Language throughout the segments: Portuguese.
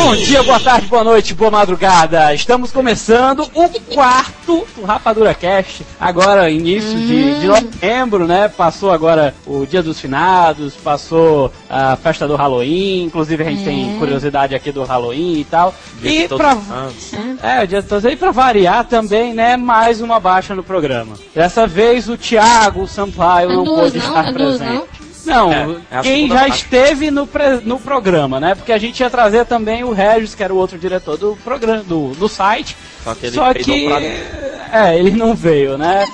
Bom dia, boa tarde, boa noite, boa madrugada. Estamos começando o quarto do Rapadura Cast. Agora, início de novembro, né? Passou agora o Dia dos Finados, passou a festa do Halloween. Inclusive, a gente tem curiosidade aqui do Halloween e tal. E pra... o Dia de Todos. E pra variar também, né? Mais uma baixa no programa. Dessa vez, o Thiago Sampaio não pôde estar presente. Não, quem já esteve no programa, né? Porque a gente ia trazer também o Regis, que era o outro diretor do programa, do site. Só que ele não veio, né?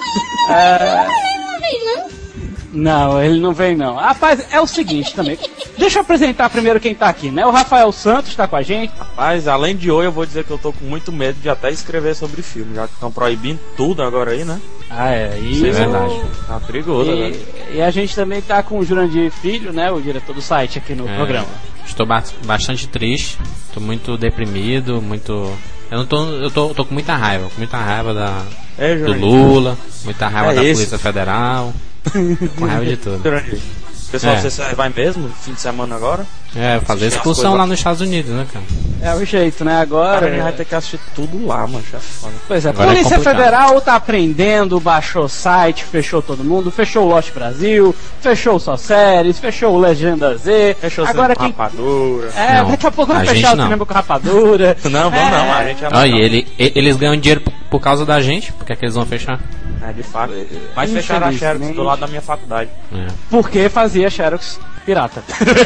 Não, ele não veio não. Rapaz, é o seguinte também. Deixa eu apresentar primeiro quem tá aqui, né? O Rafael Santos tá com a gente. Rapaz, além de hoje, eu vou dizer que eu tô com muito medo de até escrever sobre filme, já que estão proibindo tudo agora aí, né? Isso é verdade. Tá perigoso, né? E a gente também tá com o Jurandir Filho, né? O diretor do site aqui no programa. Estou bastante triste, tô muito deprimido, eu tô com muita raiva do Lula, muita raiva da Polícia Federal, com raiva de tudo. Pessoal, você vai mesmo fim de semana agora? Fazer expulsão lá nos Estados Unidos, né, cara? É o jeito, né? Agora a gente vai ter que assistir tudo lá, mano. Pois é, a Polícia Federal tá aprendendo, baixou o site, fechou todo mundo, fechou o Lost Brasil, fechou o Só Séries, fechou o Legenda Z, fechou agora o Rapadura. Daqui a pouco vai fechar o cinema com Rapadura. Não, a gente eles ganham dinheiro por causa da gente, por que é que eles vão fechar? De fato. Mas fecharam a Xerox do lado da minha faculdade. Porque fazia Xerox pirata.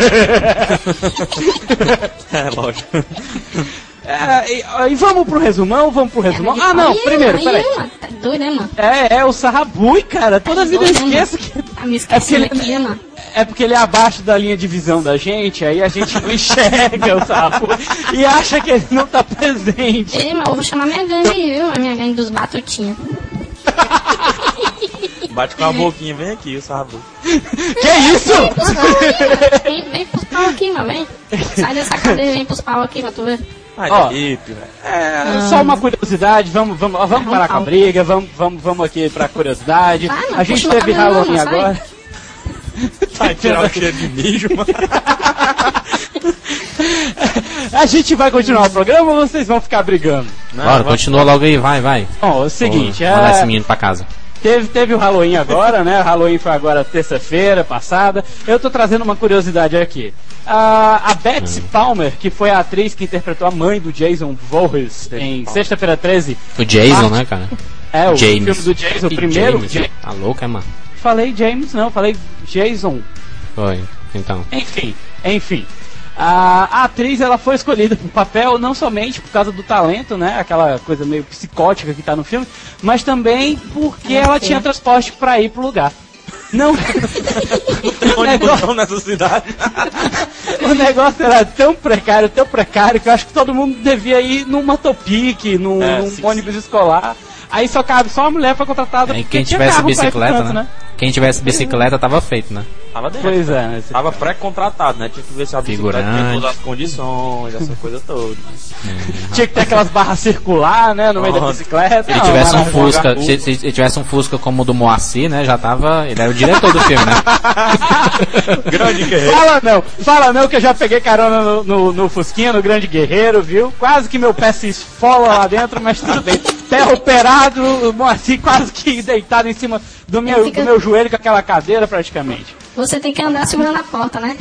Lógico. E vamos pro resumão? Ah, não, primeiro, peraí. Tá doido, né, mano? O Sarrabui, cara. Toda vida eu esqueço que... É porque ele é abaixo da linha de visão da gente, aí a gente não enxerga o Sarrabui e acha que ele não tá presente. Mas eu vou chamar minha gangue, viu? A minha gangue dos batutinhos. Bate com a boquinha, vem aqui, o Sarrabui. Que isso? Vem pros pau aqui, mano, vem. Sai dessa cadeira e vem pros pau aqui, pra tu ver. Só uma curiosidade, vamos parar com a briga, vamos aqui pra curiosidade. A gente teve Halloween agora. Vai tirar o cheiro de mijo, mano. A gente vai continuar o programa ou vocês vão ficar brigando? Bora, continua logo aí, vai. Bom, é o seguinte, mandar esse menino pra casa. Teve o Halloween agora, né? O Halloween foi agora terça-feira passada. Eu tô trazendo uma curiosidade aqui. A Betsy Palmer, que foi a atriz que interpretou a mãe do Jason Voorhees em Sexta-feira 13. O Jason, né, cara? O filme do Jason, o primeiro. Tá louca, mano? Falei James, não, falei Jason. Foi, então. Enfim. A atriz, ela foi escolhida pro papel não somente por causa do talento, né? Aquela coisa meio psicótica que tá no filme, mas também porque ela tinha transporte pra ir pro lugar. Não. Nessa cidade. O negócio era tão precário, que eu acho que todo mundo devia ir num motopique, num ônibus escolar. Aí só cabe só uma mulher foi contratada. E quem tivesse bicicleta, né? Quem tivesse bicicleta tava feito, né? Tava dentro. Pois é, né? Tava pré-contratado, né? Tinha que ver se a bicicleta tinha todas as condições, essa coisa toda. Tinha que ter aquelas barras circular, né? No meio da bicicleta. Se ele tivesse um Fusca como o do Moacir, né? Já tava. Ele era o diretor do filme, né? Grande Guerreiro. Fala não, que eu já peguei carona no Fusquinha, no Grande Guerreiro, viu? Quase que meu pé se esfola lá dentro, mas tudo bem. Pé operado, o Moacir quase que deitado em cima do meu joelho com aquela cadeira praticamente. Você tem que andar segurando a porta, né?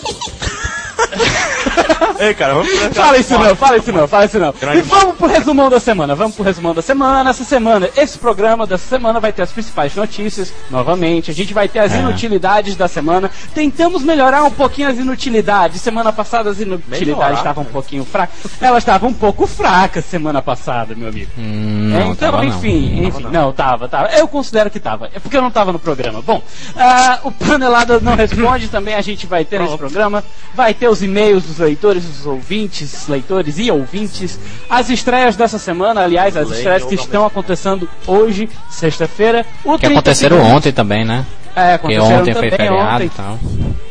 Ei, cara, vamos Fala isso não. E vamos pro resumão da semana. Essa semana, esse programa dessa semana vai ter as principais notícias, novamente. A gente vai ter as inutilidades da semana. Tentamos melhorar um pouquinho as inutilidades. Semana passada as inutilidades estavam um pouquinho fracas. Elas estavam um pouco fracas semana passada, meu amigo. Não, então, enfim. Não, tava. Eu considero que tava. É porque eu não tava no programa. Bom, o Panelada Não Responde também a gente vai ter nesse programa. Vai ter os e-mails dos leitores, dos ouvintes, leitores e ouvintes. As estreias dessa semana, aliás, as estreias que estão acontecendo hoje, sexta-feira. Que aconteceram ontem também, né? Porque ontem foi feriado e tal.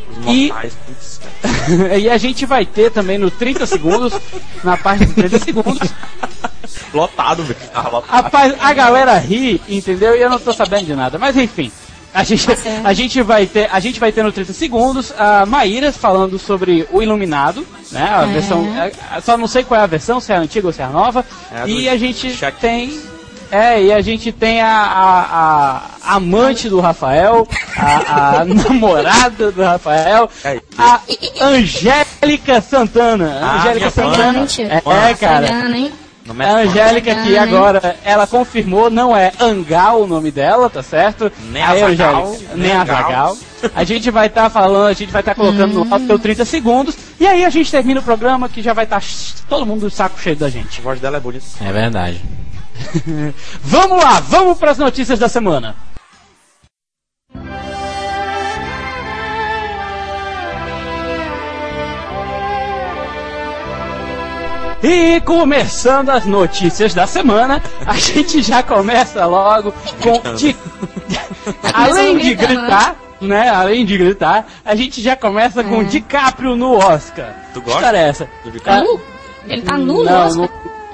E a gente vai ter também no 30 segundos, na parte de 30 segundos. Lotado, velho. Rapaz, a galera ri, entendeu? E eu não tô sabendo de nada. Mas enfim. A gente vai ter no 30 segundos a Maíra falando sobre o Iluminado, né? A versão. Só não sei qual é a versão, se é a antiga ou se é a nova. E a gente tem. E a gente tem a amante do Rafael, a namorada do Rafael, a Angélica Santana. Angélica Santana. Cara. A Angélica que agora ela confirmou, não é Angal o nome dela, tá certo? Nem a Zagal. Nem a Zagal. A gente vai estar falando, a gente vai estar colocando no áudio 30 segundos. E aí a gente termina o programa que já vai estar todo mundo do saco cheio da gente. A voz dela é bonita. É verdade. Vamos lá, vamos para as notícias da semana. E começando as notícias da semana, a gente já começa logo com... Além de gritar, né? Além de gritar, a gente já começa com DiCaprio no Oscar. Tu gosta? Que história é essa? Ele tá nu no Oscar?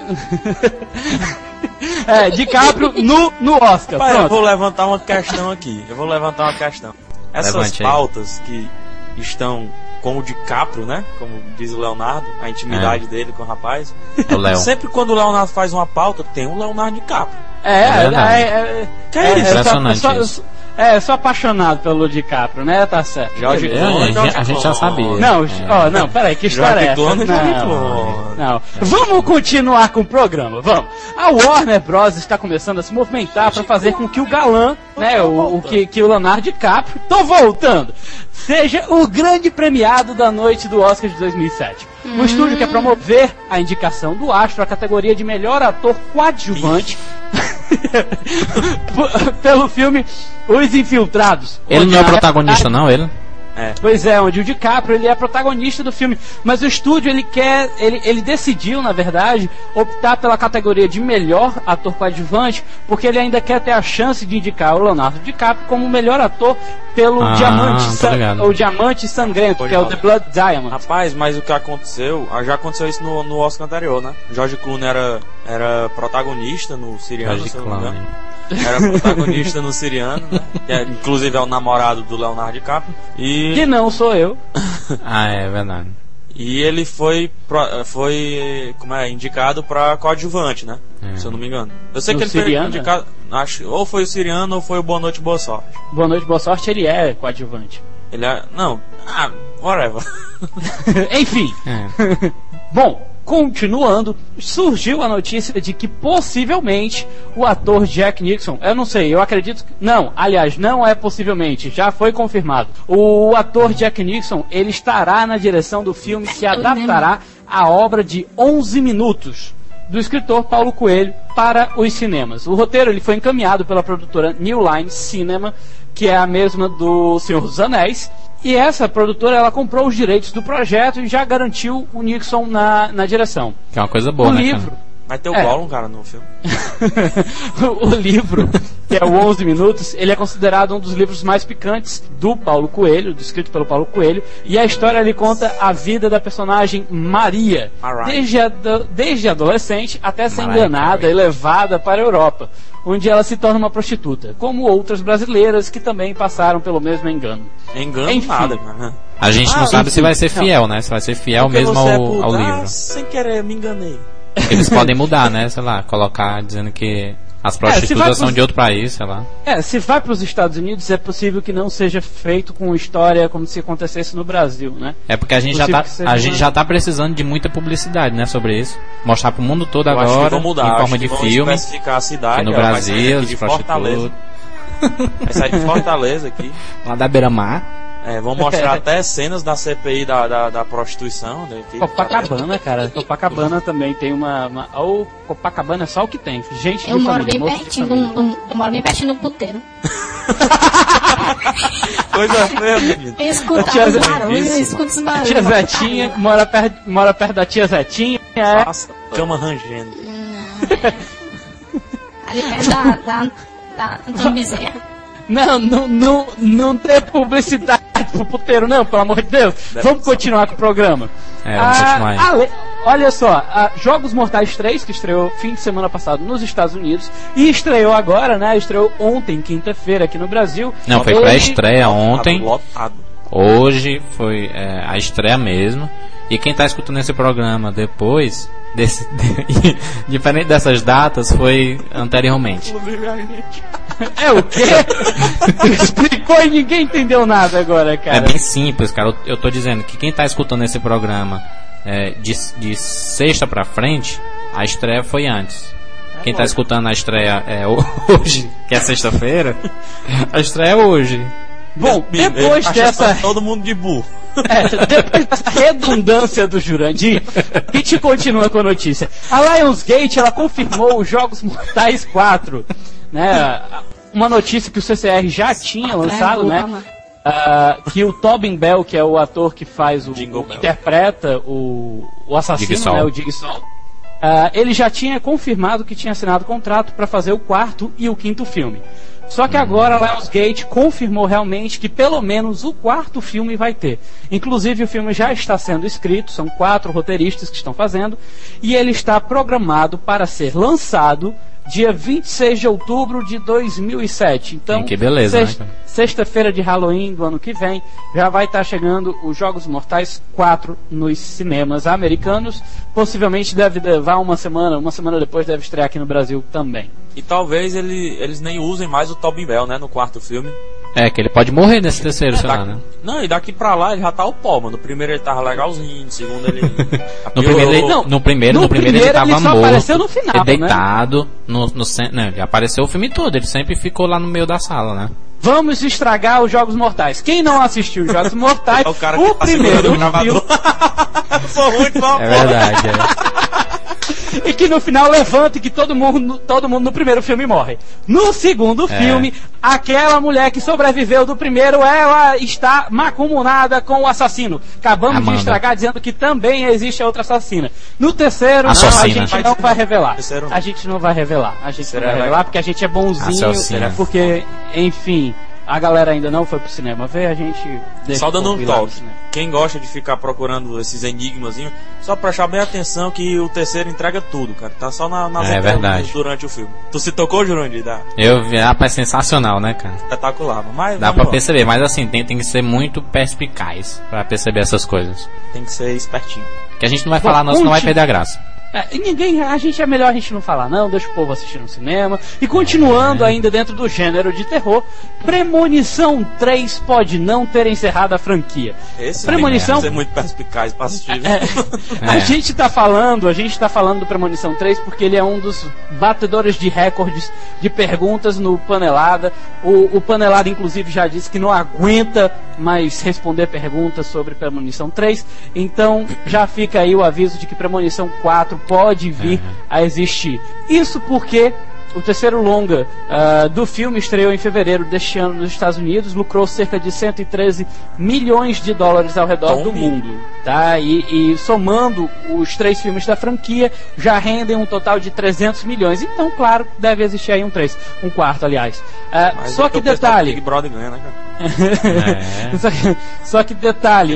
DiCaprio no Oscar. Pai, eu vou levantar uma questão aqui. Essas pautas que estão com o DiCaprio, né? Como diz o Leonardo, a intimidade dele com o rapaz. O Léo. Sempre quando o Leonardo faz uma pauta, tem o Leonardo DiCaprio. Impressionante isso. Eu sou apaixonado pelo DiCaprio, né? Tá certo. Jorge Clooney, a gente já sabia. Não, peraí, que história é essa? Não. Vamos continuar com o programa, vamos. A Warner Bros. Está começando a se movimentar para fazer com que o galã, né, que o Leonardo DiCaprio, tô voltando, seja o grande premiado da noite do Oscar de 2007. O estúdio quer promover a indicação do astro à categoria de melhor ator coadjuvante pelo filme Os Infiltrados. Ele não é o protagonista, não, ele? Pois é, onde o DiCaprio ele é protagonista do filme, mas o estúdio ele decidiu, na verdade, optar pela categoria de melhor ator coadjuvante, porque ele ainda quer ter a chance de indicar o Leonardo DiCaprio como melhor ator pelo Diamante Sangrento, que é o The Blood Diamond. Rapaz, mas o que aconteceu, já aconteceu isso no Oscar anterior, né? George Clooney era protagonista no Siriano, se não me engano. Era protagonista no Siriano, né? Que inclusive é o namorado do Leonardo DiCaprio. Que não sou eu. É verdade. E ele foi indicado pra coadjuvante, né? Se eu não me engano. Eu sei que ele foi indicado, ou foi o Siriano ou foi o Boa Noite, Boa Sorte. Boa Noite, Boa Sorte, ele é coadjuvante. Ele é... Não. Whatever. Enfim. Bom, continuando, surgiu a notícia de que possivelmente o ator Jack Nicholson, eu não sei, eu acredito que... Não, aliás, não é possivelmente, já foi confirmado. O ator Jack Nicholson, ele estará na direção do filme que adaptará a obra de 11 minutos do escritor Paulo Coelho para os cinemas. O roteiro ele foi encaminhado pela produtora New Line Cinema, que é a mesma do Senhor dos Anéis. E essa produtora, ela comprou os direitos do projeto e já garantiu o Nicholson na direção. Que é uma coisa boa, o né, livro, cara? Vai ter o Gollum, cara, no filme. O livro, que é o 11 Minutos, ele é considerado um dos livros mais picantes do Paulo Coelho, escrito pelo Paulo Coelho. E a história, ele conta a vida da personagem Maria, desde adolescente até ser enganada e levada para a Europa, onde ela se torna uma prostituta, como outras brasileiras que também passaram pelo mesmo engano. Enfim, nada, cara. A gente não sabe se vai ser fiel, né? Se vai ser fiel mesmo ao livro. Sem querer, me enganei. Eles podem mudar, né? Sei lá, colocar dizendo que as prostitutas são de outro país, sei lá. Se vai para os Estados Unidos, é possível que não seja feito com história como se acontecesse no Brasil, né? É porque a gente já tá precisando de muita publicidade, né, sobre isso. Mostrar pro mundo todo agora, em forma de filme. Especificar a cidade, que no Brasil, os prostitutas. Vai sair de Fortaleza aqui. Lá da Beira-Mar. Vão mostrar até cenas da CPI da prostituição. Copacabana, cara. Copacabana também tem uma... Ou Copacabana é só o que tem. Gente, eu moro bem pertinho do puteiro. Coisa feia, menino. Escuta os barulhos, A tia Zetinha mora perto da tia Zetinha. Nossa, cama rangendo. Ali perto da Antônio Bezerra. Não tem publicidade pro puteiro, não, pelo amor de Deus. Vamos continuar com o programa. Vamos continuar aí. olha só, Jogos Mortais 3, que estreou fim de semana passado nos Estados Unidos, e estreou agora, né? Estreou ontem, quinta-feira, aqui no Brasil. Não, foi pré-estreia ontem. Lotado. Hoje foi a estreia mesmo. E quem tá escutando esse programa depois, diferente dessas datas, foi anteriormente. É o quê? Explicou e ninguém entendeu nada agora, cara. É bem simples, cara. Eu tô dizendo que quem tá escutando esse programa de sexta pra frente, a estreia foi antes. Quem tá escutando a estreia hoje, que é sexta-feira, a estreia é hoje. Bom, depois dessa... Todo mundo de burro. Depois dessa redundância do Jurandir, a gente continua com a notícia. A Lionsgate, ela confirmou os Jogos Mortais 4, né? Uma notícia que o CCR já tinha lançado, né? Que o Tobin Bell, que é o ator que faz que interpreta o assassino, Jigsaw. né? O Jigsaw. Ele já tinha confirmado que tinha assinado contrato para fazer o 4º e o 5º filme. Só que agora a Lionsgate confirmou realmente que pelo menos o 4º filme vai ter. Inclusive o filme já está sendo escrito, são 4 roteiristas que estão fazendo, e ele está programado para ser lançado dia 26 de outubro de 2007. Então, que beleza, né? Sexta-feira de Halloween do ano que vem, já vai estar chegando os Jogos Mortais 4 nos cinemas americanos. Possivelmente deve levar uma semana depois deve estrear aqui no Brasil também. E talvez eles nem usem mais o Tobin Bell, né, no 4º filme. Que ele pode morrer nesse terceiro, sei lá, né? Não, e daqui pra lá ele já tá o pó, mano. No primeiro ele tava legalzinho, no segundo ele... no primeiro ele tava ele só morto, apareceu no final, deitado, né? Ele apareceu o filme todo, ele sempre ficou lá no meio da sala, né? Vamos estragar os Jogos Mortais. Quem não assistiu os Jogos Mortais, o cara o primeiro filme... Sou ruim, é verdade, E que no final levanta e que todo mundo no primeiro filme morre. No segundo filme, aquela mulher que sobreviveu do primeiro, ela está macumunada com o assassino. Acabamos de estragar dizendo que também existe a outra assassina. No terceiro, a gente não vai revelar. A gente não vai revelar. Porque a gente é bonzinho. Porque, enfim... A galera ainda não foi pro cinema ver, a gente deixa. Só dando um toque. Quem gosta de ficar procurando esses enigmazinhos, só prestar bem atenção que o terceiro entrega tudo, cara. Tá só nas verdade. Durante o filme. Tu se tocou, Jurandir? Eu vi, rapaz, sensacional, né, cara? Espetacular. Mas dá pra perceber, mas assim, tem que ser muito perspicaz pra perceber essas coisas. Tem que ser espertinho. Que a gente não vai falar, não, senão vai perder a graça. É melhor a gente não falar não, deixa o povo assistir no cinema. E continuando ainda dentro do gênero de terror, Premonição 3 pode não ter encerrado a franquia. Premonição ser muito perspicaz pra assistir. A gente tá falando do Premonição 3 porque ele é um dos batedores de recordes de perguntas no Panelada. O Panelada inclusive já disse que não aguenta mais responder perguntas sobre Premonição 3. Então já fica aí o aviso de que Premonição 4 pode vir a existir. Isso porque o terceiro longa do filme estreou em fevereiro deste ano nos Estados Unidos, lucrou cerca de 113 milhões de dólares ao redor do mundo, tá? E somando os 3 filmes da franquia, já rendem um total de 300 milhões. Então, claro, deve existir aí um quarto, aliás. Só que detalhe... Big Brother ganha, né, cara? Só que detalhe...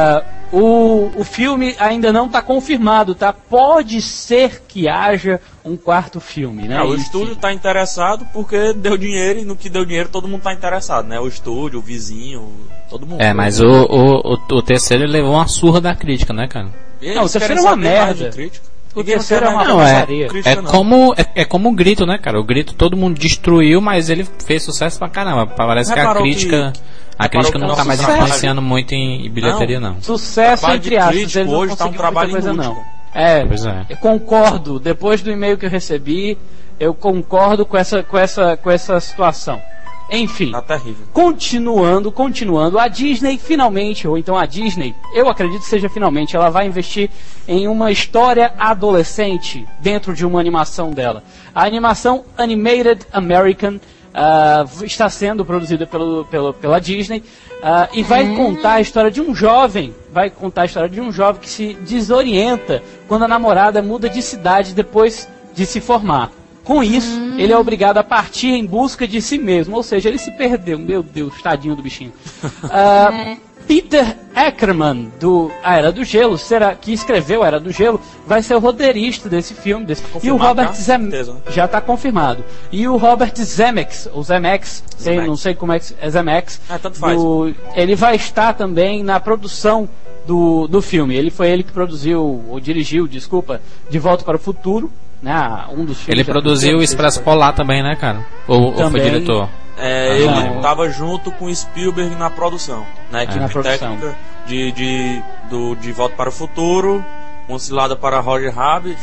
O filme ainda não está confirmado, tá? Pode ser que haja um 4º filme, né? O estúdio está interessado porque deu dinheiro, e no que deu dinheiro todo mundo está interessado, né? O estúdio, o vizinho, todo mundo. Mas o terceiro levou uma surra da crítica, né, cara? Não, o terceiro é uma merda. O terceiro é uma porcaria. É como o Grito, né, cara? O Grito todo mundo destruiu, mas ele fez sucesso pra caramba. Parece que a crítica... A crítica não tá mais influenciando muito em bilheteria, não. Sucesso entre aspas, ele não conseguiu muita coisa, não. Eu concordo. Depois do e-mail que eu recebi, eu concordo com essa situação. Enfim, tá terrível. Continuando, a Disney finalmente, ou então a Disney, eu acredito que seja finalmente, ela vai investir em uma história adolescente dentro de uma animação dela. A animação Animated American está sendo produzida pela Disney e vai contar a história de um jovem. Que se desorienta quando a namorada muda de cidade depois de se formar. Com isso, ele é obrigado a partir em busca de si mesmo. Ou seja, ele se perdeu. Meu Deus, tadinho do bichinho. Peter Ackerman, do A Era do Gelo, que escreveu A Era do Gelo, vai ser o roteirista desse filme. E o Robert Zemeckis, já está confirmado. E o Robert Zemeckis, ou Zemeckis, não sei como é que é Zemeckis, tanto faz. Ele vai estar também na produção do filme. Ele foi ele que produziu, ou dirigiu, desculpa, De Volta para o Futuro, né? Um dos filmes. Ele produziu o Expresso Polar também, né, cara? Ou foi diretor? Ele estava junto com Spielberg na produção, na equipe técnica de Volta para o Futuro, Uma Cilada para Roger Rabbit.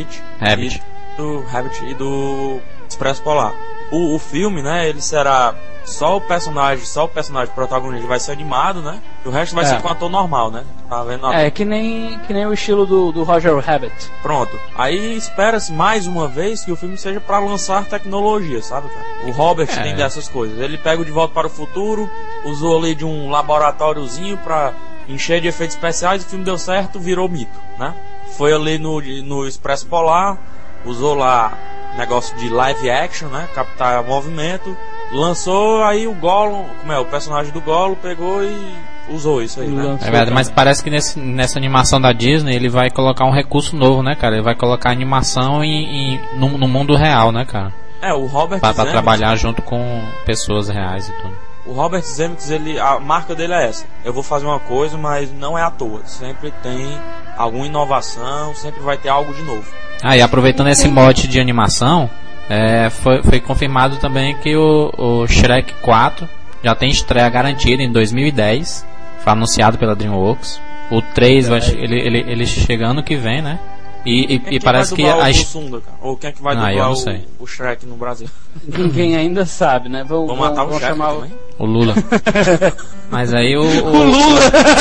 E do Expresso Polar. O filme, né, ele será só o personagem protagonista vai ser animado, né? E o resto vai ser com ator normal, né? Tá vendo? Que nem o estilo do Roger Rabbit. Pronto. Aí espera-se mais uma vez que o filme seja para lançar tecnologia, sabe, cara? O Robert tem dessas coisas. Ele pega o De Volta para o Futuro, usou ali de um laboratóriozinho para encher de efeitos especiais, o filme deu certo, virou mito, né? Foi ali no Expresso Polar, usou lá negócio de live action, né? Captar movimento, lançou, aí o Gollum, o personagem do Gollum pegou e usou isso aí, né? É verdade, mas parece que nessa animação da Disney ele vai colocar um recurso novo, né, cara? Ele vai colocar animação no mundo real, né, cara? O Robert Zemeckis, pra trabalhar junto com pessoas reais e tudo. O Robert Zemeckis, a marca dele é essa: eu vou fazer uma coisa, mas não é à toa. Sempre tem alguma inovação, sempre vai ter algo de novo. E aproveitando esse mote de animação, foi confirmado também que o Shrek 4 já tem estreia garantida em 2010. Foi anunciado pela DreamWorks. O 3 ele chega ano que vem, né? E parece que ou quem é que vai dublar o Shrek no Brasil? Ninguém ainda sabe, né? Vão matar o Shrek também? O Lula. Mas aí o Lula.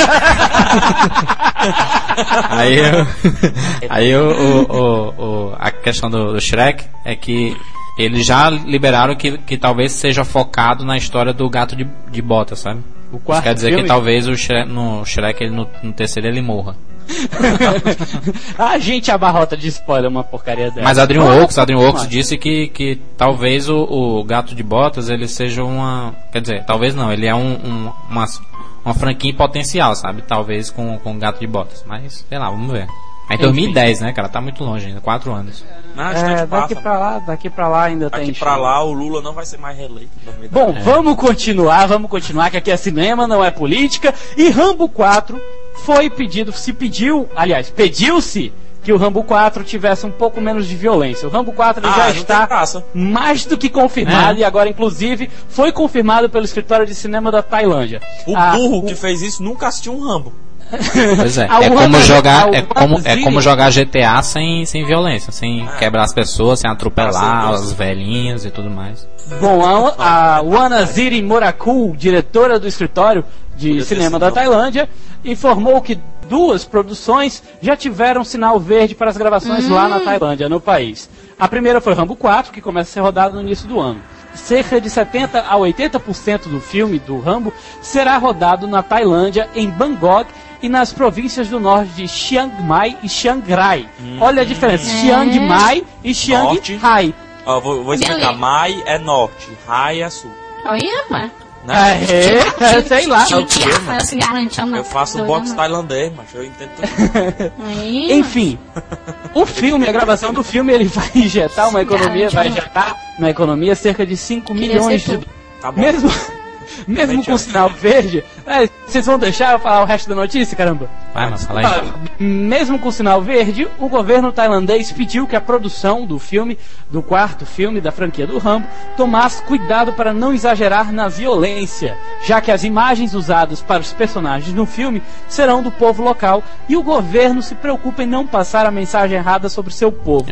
aí a questão do Shrek é que eles já liberaram que talvez seja focado na história do Gato de Botas, sabe? Isso quer dizer filme? Que talvez no Shrek no terceiro ele morra. A gente abarrota de spoiler uma porcaria dessa. Mas a DreamWorks disse que talvez o Gato de Botas ele seja uma... Quer dizer, talvez não, ele é uma franquia em potencial, sabe? Talvez com o Gato de Botas. Mas, sei lá, vamos ver. É em 2010, né, cara? Tá muito longe ainda, 4 anos. Daqui pra lá ainda tem. Daqui pra lá o Lula não vai ser mais reeleito. Bom, vamos continuar, que aqui é cinema, não é política. E Rambo 4 pediu-se que o Rambo 4 tivesse um pouco menos de violência. O Rambo 4 já está mais do que confirmado, e agora inclusive foi confirmado pelo escritório de cinema da Tailândia. O burro que fez isso nunca assistiu um Rambo. Pois é, como jogar GTA sem violência, sem quebrar as pessoas, sem atropelar as velhinhas e tudo mais. Bom, a Wanaziri Morakul, diretora do escritório de cinema da Tailândia, informou que 2 produções já tiveram sinal verde para as gravações lá na Tailândia, no país. A primeira foi Rambo 4, que começa a ser rodado no início do ano. Cerca de 70% a 80% do filme do Rambo será rodado na Tailândia, em Bangkok e nas províncias do norte de Chiang Mai e Chiang Rai. Olha a diferença, Chiang Mai e Chiang Rai. Vou explicar, Mai é norte, Rai é sul. Olha, mano. Sei lá. Eu faço boxe tailandês, mas eu entendo tudo. Enfim, o filme, a gravação do filme, ele vai injetar na economia cerca de 5 milhões de... Tá bom. Mesmo com sinal verde... vocês vão deixar eu falar o resto da notícia, caramba? Vai, mas fala aí. Mesmo com sinal verde, o governo tailandês pediu que a produção do filme, do 4º filme da franquia do Rambo, tomasse cuidado para não exagerar na violência, já que as imagens usadas para os personagens no filme serão do povo local e o governo se preocupa em não passar a mensagem errada sobre o seu povo.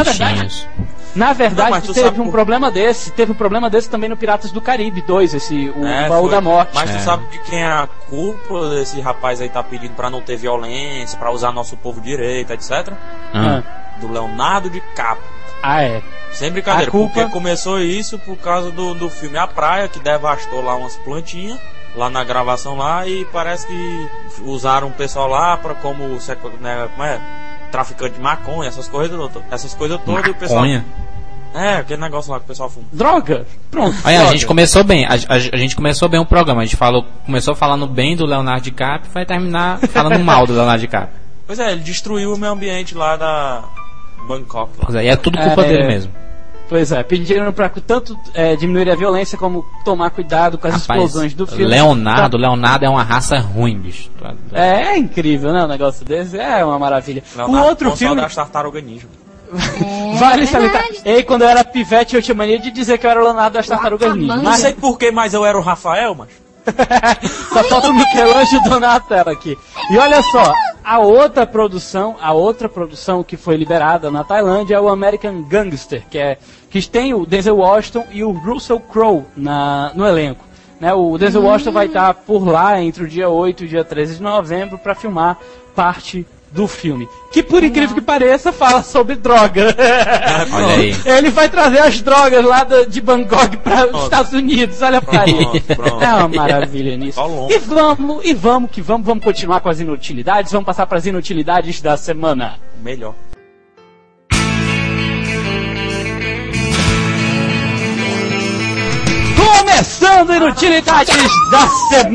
Na verdade, teve um problema desse. Teve um problema desse também no Piratas do Caribe 2, o Baú da Morte. Mas tu sabe de quem é a culpa desse rapaz aí tá pedindo pra não ter violência, pra usar nosso povo direito, etc? Do Leonardo DiCaprio. Sem brincadeira, porque começou isso por causa do filme A Praia, que devastou lá umas plantinhas lá na gravação lá, e parece que usaram o pessoal lá pra como traficante de maconha, essas coisas todas, e o pessoal... Aquele negócio lá que o pessoal fuma. Droga! Pronto. Aí a gente começou bem. A gente começou bem o programa. A gente começou falando bem do Leonardo DiCaprio e vai terminar falando mal do Leonardo DiCaprio. Pois é, ele destruiu o meio ambiente lá da Bangkok. Lá. Pois é, e é tudo culpa dele mesmo. Pois é, pediram pra tanto diminuir a violência como tomar cuidado com as explosões do filme. Leonardo é uma raça ruim, bicho. É incrível, né? Um negócio desse é uma maravilha. Leonardo, o outro filme. das Tartarugas Ninja. Vale salientar. E quando eu era pivete, eu tinha mania de dizer que eu era o Leonardo das Tartarugas Ninja. Não sei por que, mas eu era o Rafael, mas. Só falta o Michelangelo na tela aqui. E olha só, a outra produção que foi liberada na Tailândia é o American Gangster, que tem o Denzel Washington e o Russell Crowe no elenco. Né, o Denzel Washington vai estar por lá entre o dia 8 e o dia 13 de novembro para filmar parte do filme, que por incrível que pareça fala sobre droga. Olha aí. Ele vai trazer as drogas lá de Bangkok para os Estados Unidos, olha pra aí. É uma maravilha nisso. E vamos continuar com as inutilidades, vamos passar para as inutilidades da semana. Melhor. Começando inutilidades da semana.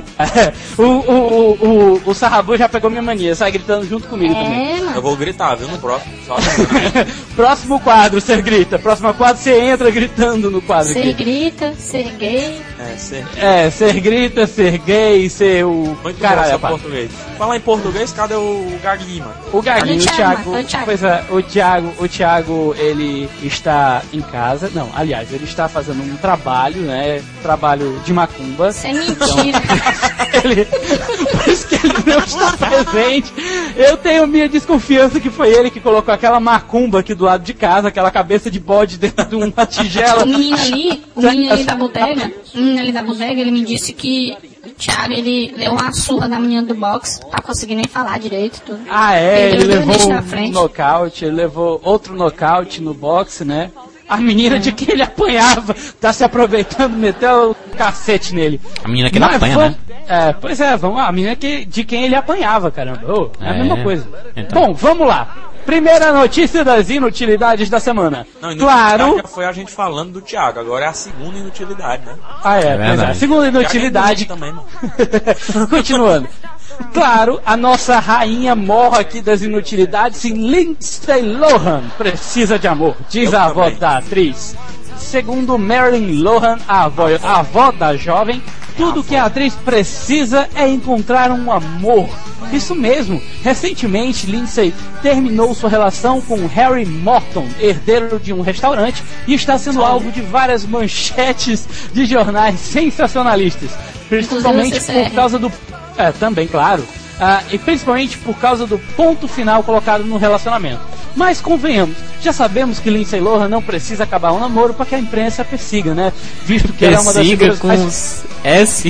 O Sarrabu já pegou minha mania, sai gritando junto comigo também. Eu vou gritar, viu, no próximo. Próximo quadro, você grita. Próximo quadro, você entra gritando no quadro. Ser grita, ser gay. Ser grita, ser gay, ser o... Muito caralho, português. Falar em português, cadê o Gaguinho, mano? O Gaguinho, o Thiago. Pois é, o Thiago, ele está em casa. Não, aliás, ele está fazendo um trabalho, né? Trabalho de macumba. Isso é mentira. Por isso que ele não está presente. Eu tenho minha desconfiança que foi ele que colocou aquela macumba aqui do lado de casa, aquela cabeça de bode dentro de uma tigela. O menino ali da bodega, ele me disse que o Thiago, ele deu uma surra da menina do box, tá conseguindo nem falar direito. Tudo. Ele levou um nocaute, ele levou outro nocaute no boxe, né? A menina de quem ele apanhava tá se aproveitando, meteu o cacete nele. A menina que ele apanha, né? Pois é, a menina de quem ele apanhava, caramba. É a mesma coisa. Então. Bom, vamos lá. Primeira notícia das inutilidades da semana. Não, claro. Já foi a gente falando do Thiago, agora é a segunda inutilidade, né? Pois é. A segunda inutilidade. Também, mano. Continuando. Claro, a nossa rainha morra aqui das inutilidades, sim, Lindsay Lohan precisa de amor, diz a avó da atriz. Segundo Marilyn Lohan, a avó da jovem, tudo que a atriz precisa é encontrar um amor. Isso mesmo, recentemente Lindsay terminou sua relação com Harry Morton, herdeiro de um restaurante, e está sendo alvo de várias manchetes de jornais sensacionalistas, principalmente por causa do... também, claro. E principalmente por causa do ponto final colocado no relacionamento. Mas convenhamos, já sabemos que Lindsay Lohan não precisa acabar um namoro para que a imprensa persiga, né? Visto que ela é uma das figuras com S.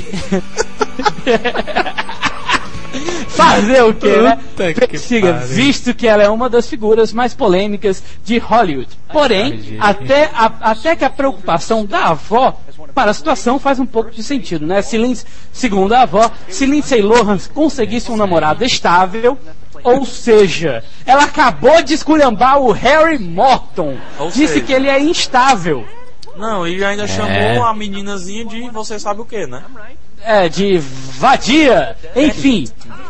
Fazer o quê, né? Persiga, visto que ela é uma das figuras mais polêmicas de Hollywood. Porém, até que a preocupação da avó para a situação faz um pouco de sentido, né? Segundo a avó, se Lindsay Lohan conseguisse um namorado estável, ou seja, ela acabou de esculhambar o Harry Morton, disse que ele é instável. Não, e ainda chamou a meninazinha de você sabe o que, né? De vadia. Enfim.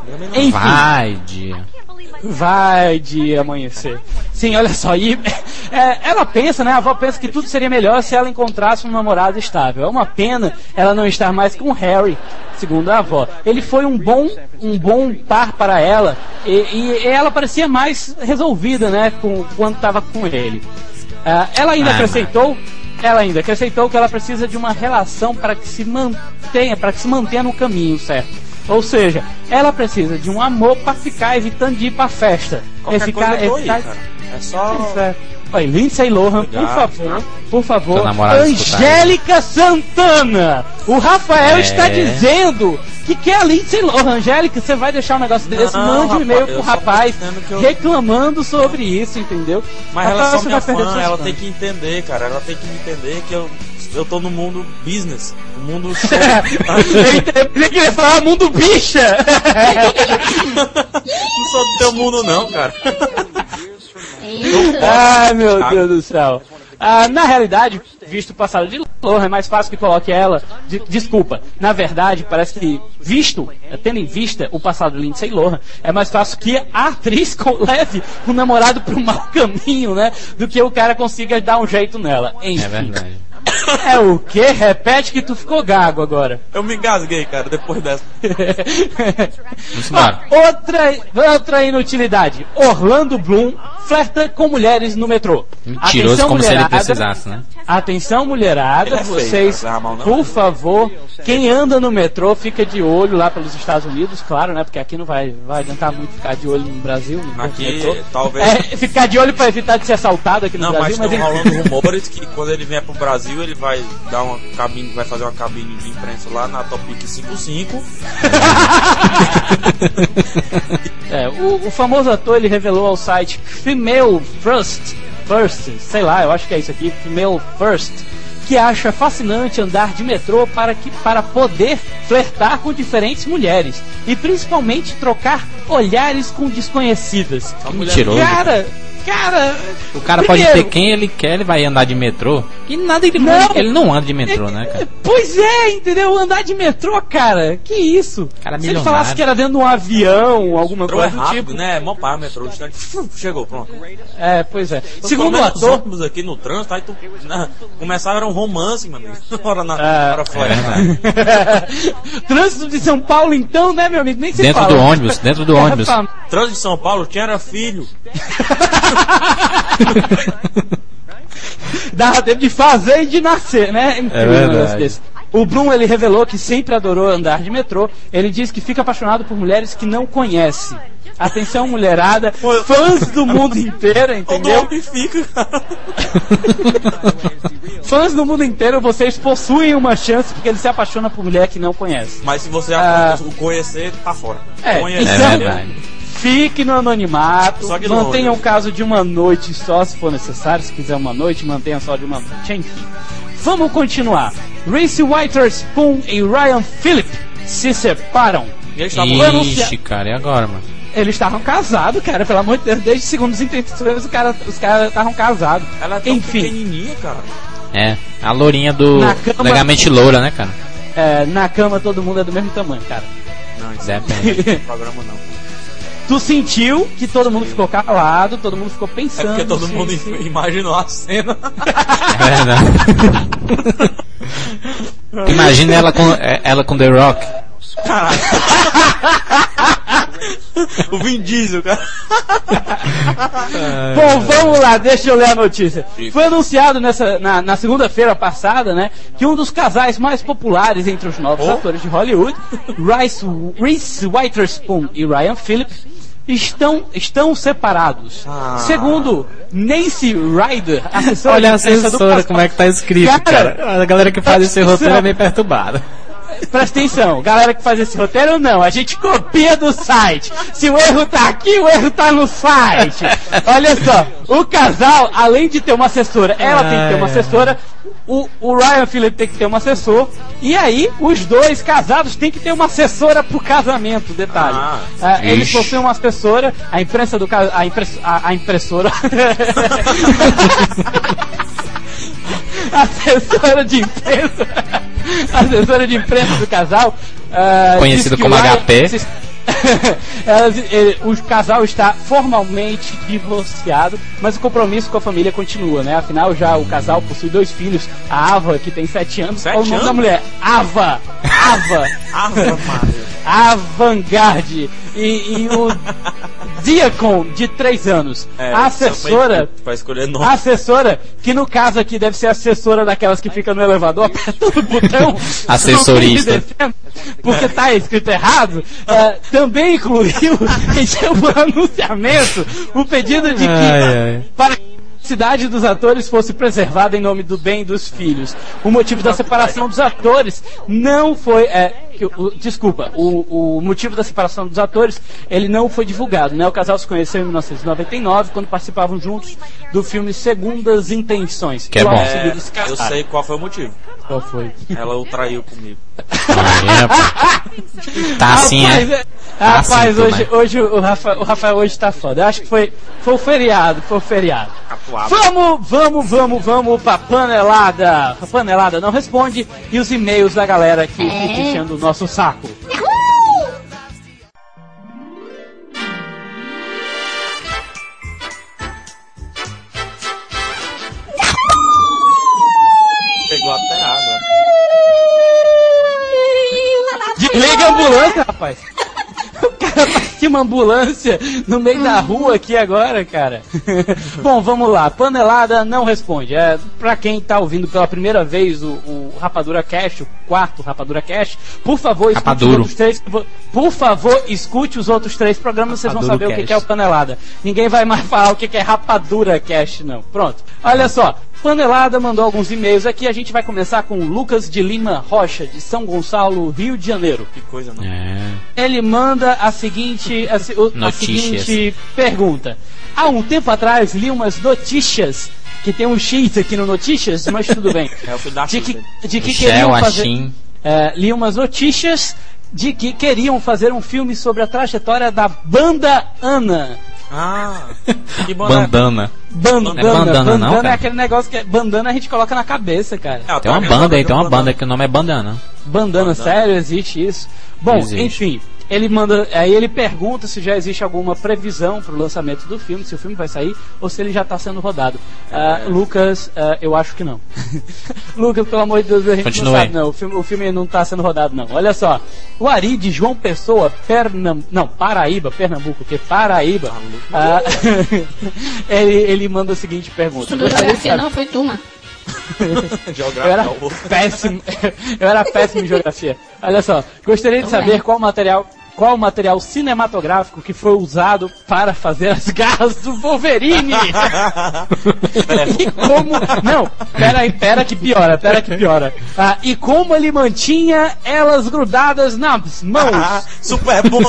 Vai de amanhecer. Sim, olha só. E ela pensa, né? A avó pensa que tudo seria melhor se ela encontrasse um namorado estável. É uma pena ela não estar mais com o Harry, segundo a avó. Ele foi um bom par para ela e ela parecia mais resolvida, né? Quando estava com ele. Ela ainda acrescentou que ela precisa de uma relação para que se mantenha no caminho certo. Ou seja, ela precisa de um amor para ficar evitando de ir pra festa. É só... Oi, Lindsay Lohan, por favor. Angélica Santana. O Rafael está dizendo que quer a Lindsay Lohan. Angélica, você vai deixar um negócio desse? Mande um e-mail pro rapaz reclamando sobre isso, entendeu? Mas ela só minha fã, ela tem que entender, cara. Ela tem que entender que eu tô no mundo business, no mundo show. Ele queria falar mundo bicha. Não sou do teu mundo não, cara. Ai, meu Deus do céu. Na realidade, visto o passado de Lohan, é mais fácil que coloque ela... Desculpa, na verdade, parece que, tendo em vista o passado de Lindsay Lohan, é mais fácil que a atriz leve o namorado pro mau caminho, né? Do que o cara consiga dar um jeito nela. Enfim. É verdade. É o quê? Repete que tu ficou gago agora. Eu me engasguei, cara, depois dessa. Outra inutilidade. Orlando Bloom flerta com mulheres no metrô. Mentiroso. Atenção, como se ele precisasse, né? Atenção, mulherada, vocês, por favor, quem anda no metrô, fica de olho lá pelos Estados Unidos, claro, né? Porque aqui não vai adiantar muito ficar de olho no Brasil. Aqui, talvez... ficar de olho pra evitar de ser assaltado aqui no Brasil. Mas estão rolando rumores que quando ele vier pro Brasil, ele vai dar uma cabine, vai fazer uma cabine de imprensa lá na Topic 55. O famoso ator, ele revelou ao site Female First, sei lá, eu acho que é isso aqui, Female First, que acha fascinante andar de metrô para poder flertar com diferentes mulheres e principalmente trocar olhares com desconhecidas. Mentiroso. Cara, o cara primeiro, pode ter quem ele quer, ele vai andar de metrô. E nada ele não anda de metrô, né, cara? Pois é, entendeu? Andar de metrô, cara. Que isso? Cara, se ele falasse que era dentro de um avião, alguma coisa do rápido, tipo, né? Mó para metrô, chegou, pronto. Pois é. Segundo o ator, os aqui no trânsito, aí tu começaram era um romance, mano. Hora fora. Trânsito de São Paulo, então, né, meu amigo? Nem se dentro fala. Dentro do ônibus. Trânsito de São Paulo, tinha era filho. Dá tempo de fazer e de nascer, né? O Bloom, ele revelou que sempre adorou andar de metrô. Ele diz que fica apaixonado por mulheres que não conhece. Atenção, mulherada, fãs do mundo inteiro, entendeu? Fãs do mundo inteiro, vocês possuem uma chance porque ele se apaixona por mulher que não conhece. Mas se você conhecer, tá fora. Verdade. Fique no anonimato, mantenha o caso de uma noite só, se for necessário. Se quiser uma noite, mantenha só de uma noite. Enfim, vamos continuar. Reese Witherspoon e Ryan Phillip se separam. Ixi, cara, e agora, mano? Eles estavam casados, cara, pelo amor de Deus. Desde segundo os intenções, os caras estavam casados. Ela é tão pequenininha, cara. A lourinha do Legamente Loura, né, cara? Na cama todo mundo é do mesmo tamanho, cara. Não, isso depende do programa, não. Tu sentiu que todo mundo ficou calado, todo mundo ficou pensando. É porque todo mundo imaginou a cena. É verdade. Imagina ela com The Rock. Caraca. O Vin Diesel, cara. Bom, vamos lá, deixa eu ler a notícia. Foi anunciado na segunda-feira passada, né, que um dos casais mais populares entre os novos atores de Hollywood, Reese Witherspoon e Ryan Phillip, estão separados. Segundo Nancy Ryder, assessora. Olha a assessora, como é que tá escrito, cara. A galera que faz esse roteiro é meio perturbada. Presta atenção, galera que faz esse roteiro, não, a gente copia do site. Se o erro tá aqui, o erro tá no site. Olha só, o casal, além de ter uma assessora, ela tem que ter uma assessora, o Ryan Phillip tem que ter um assessor, e aí os dois casados têm que ter uma assessora pro casamento, detalhe. Eles possuem uma assessora, a imprensa do caso, a impressora. Assessora de imprensa do casal, conhecido como HP. O casal está formalmente divorciado, mas o compromisso com a família continua, né? Afinal, já o casal possui 2 filhos, a Ava, que tem 7 anos, qual o nome da mulher? Ava, Avantgarde, e o Diacon, de 3 anos. A assessora, a assessora, que no caso aqui deve ser a assessora daquelas que fica no elevador apertando o botão, assessorista, porque tá escrito errado, também incluiu em seu anunciamento o pedido de que para a cidade dos atores fosse preservada em nome do bem dos filhos. O motivo da separação dos atores não foi desculpa, o motivo da separação dos atores, ele não foi divulgado, né? O casal se conheceu em 1999, quando participavam juntos do filme Segundas Intenções. Que é bom. Eu sei qual foi o motivo. Qual foi? Ela o traiu comigo. Tá assim, Rapaz, hoje o Rafael hoje tá foda. Eu acho que foi o feriado, Vamos pra panelada. A panelada não responde e os e-mails da galera que fica enchendo o nosso saco. Pegou até água. Desliga a ambulância, rapaz. O cara tinha uma ambulância no meio da rua aqui agora, cara. Bom, vamos lá. Panelada não responde. Pra quem tá ouvindo pela primeira vez o Rapadura Cast, o quarto Rapadura Cast, por favor, escute os outros três. Por favor, escute os outros 3 programas, vocês vão saber o que é o Panelada. Ninguém vai mais falar o que é Rapadura Cast, não. Pronto. Olha só. Panelada mandou alguns e-mails aqui. A gente vai começar com o Lucas de Lima Rocha, de São Gonçalo, Rio de Janeiro. Que coisa, não? Ele manda a seguinte pergunta. Há um tempo atrás li umas notícias, que tem um X aqui no notícias, mas tudo bem. De que queriam fazer. Li umas notícias de que queriam fazer um filme sobre a trajetória da banda Ana. Que bandana. Bandana é aquele negócio que bandana a gente coloca na cabeça, cara. Tem uma banda que o nome é Bandana. Bandana, sério? Existe isso? Bom, enfim, ele manda, aí ele pergunta se já existe alguma previsão pro lançamento do filme, se o filme vai sair ou se ele já tá sendo rodado. Lucas, eu acho que não. Lucas, pelo amor de Deus, a gente não sabe, não. O filme não tá sendo rodado, não. Olha só, o Ari de João Pessoa, Paraíba, Pernambuco, que Paraíba. Ele manda a seguinte pergunta. Geografia não, foi turma. Eu era péssimo em geografia. Olha só, gostaria de saber qual material cinematográfico que foi usado para fazer as garras do Wolverine. E como... Não, pera que piora. E como ele mantinha elas grudadas nas mãos. Super bom.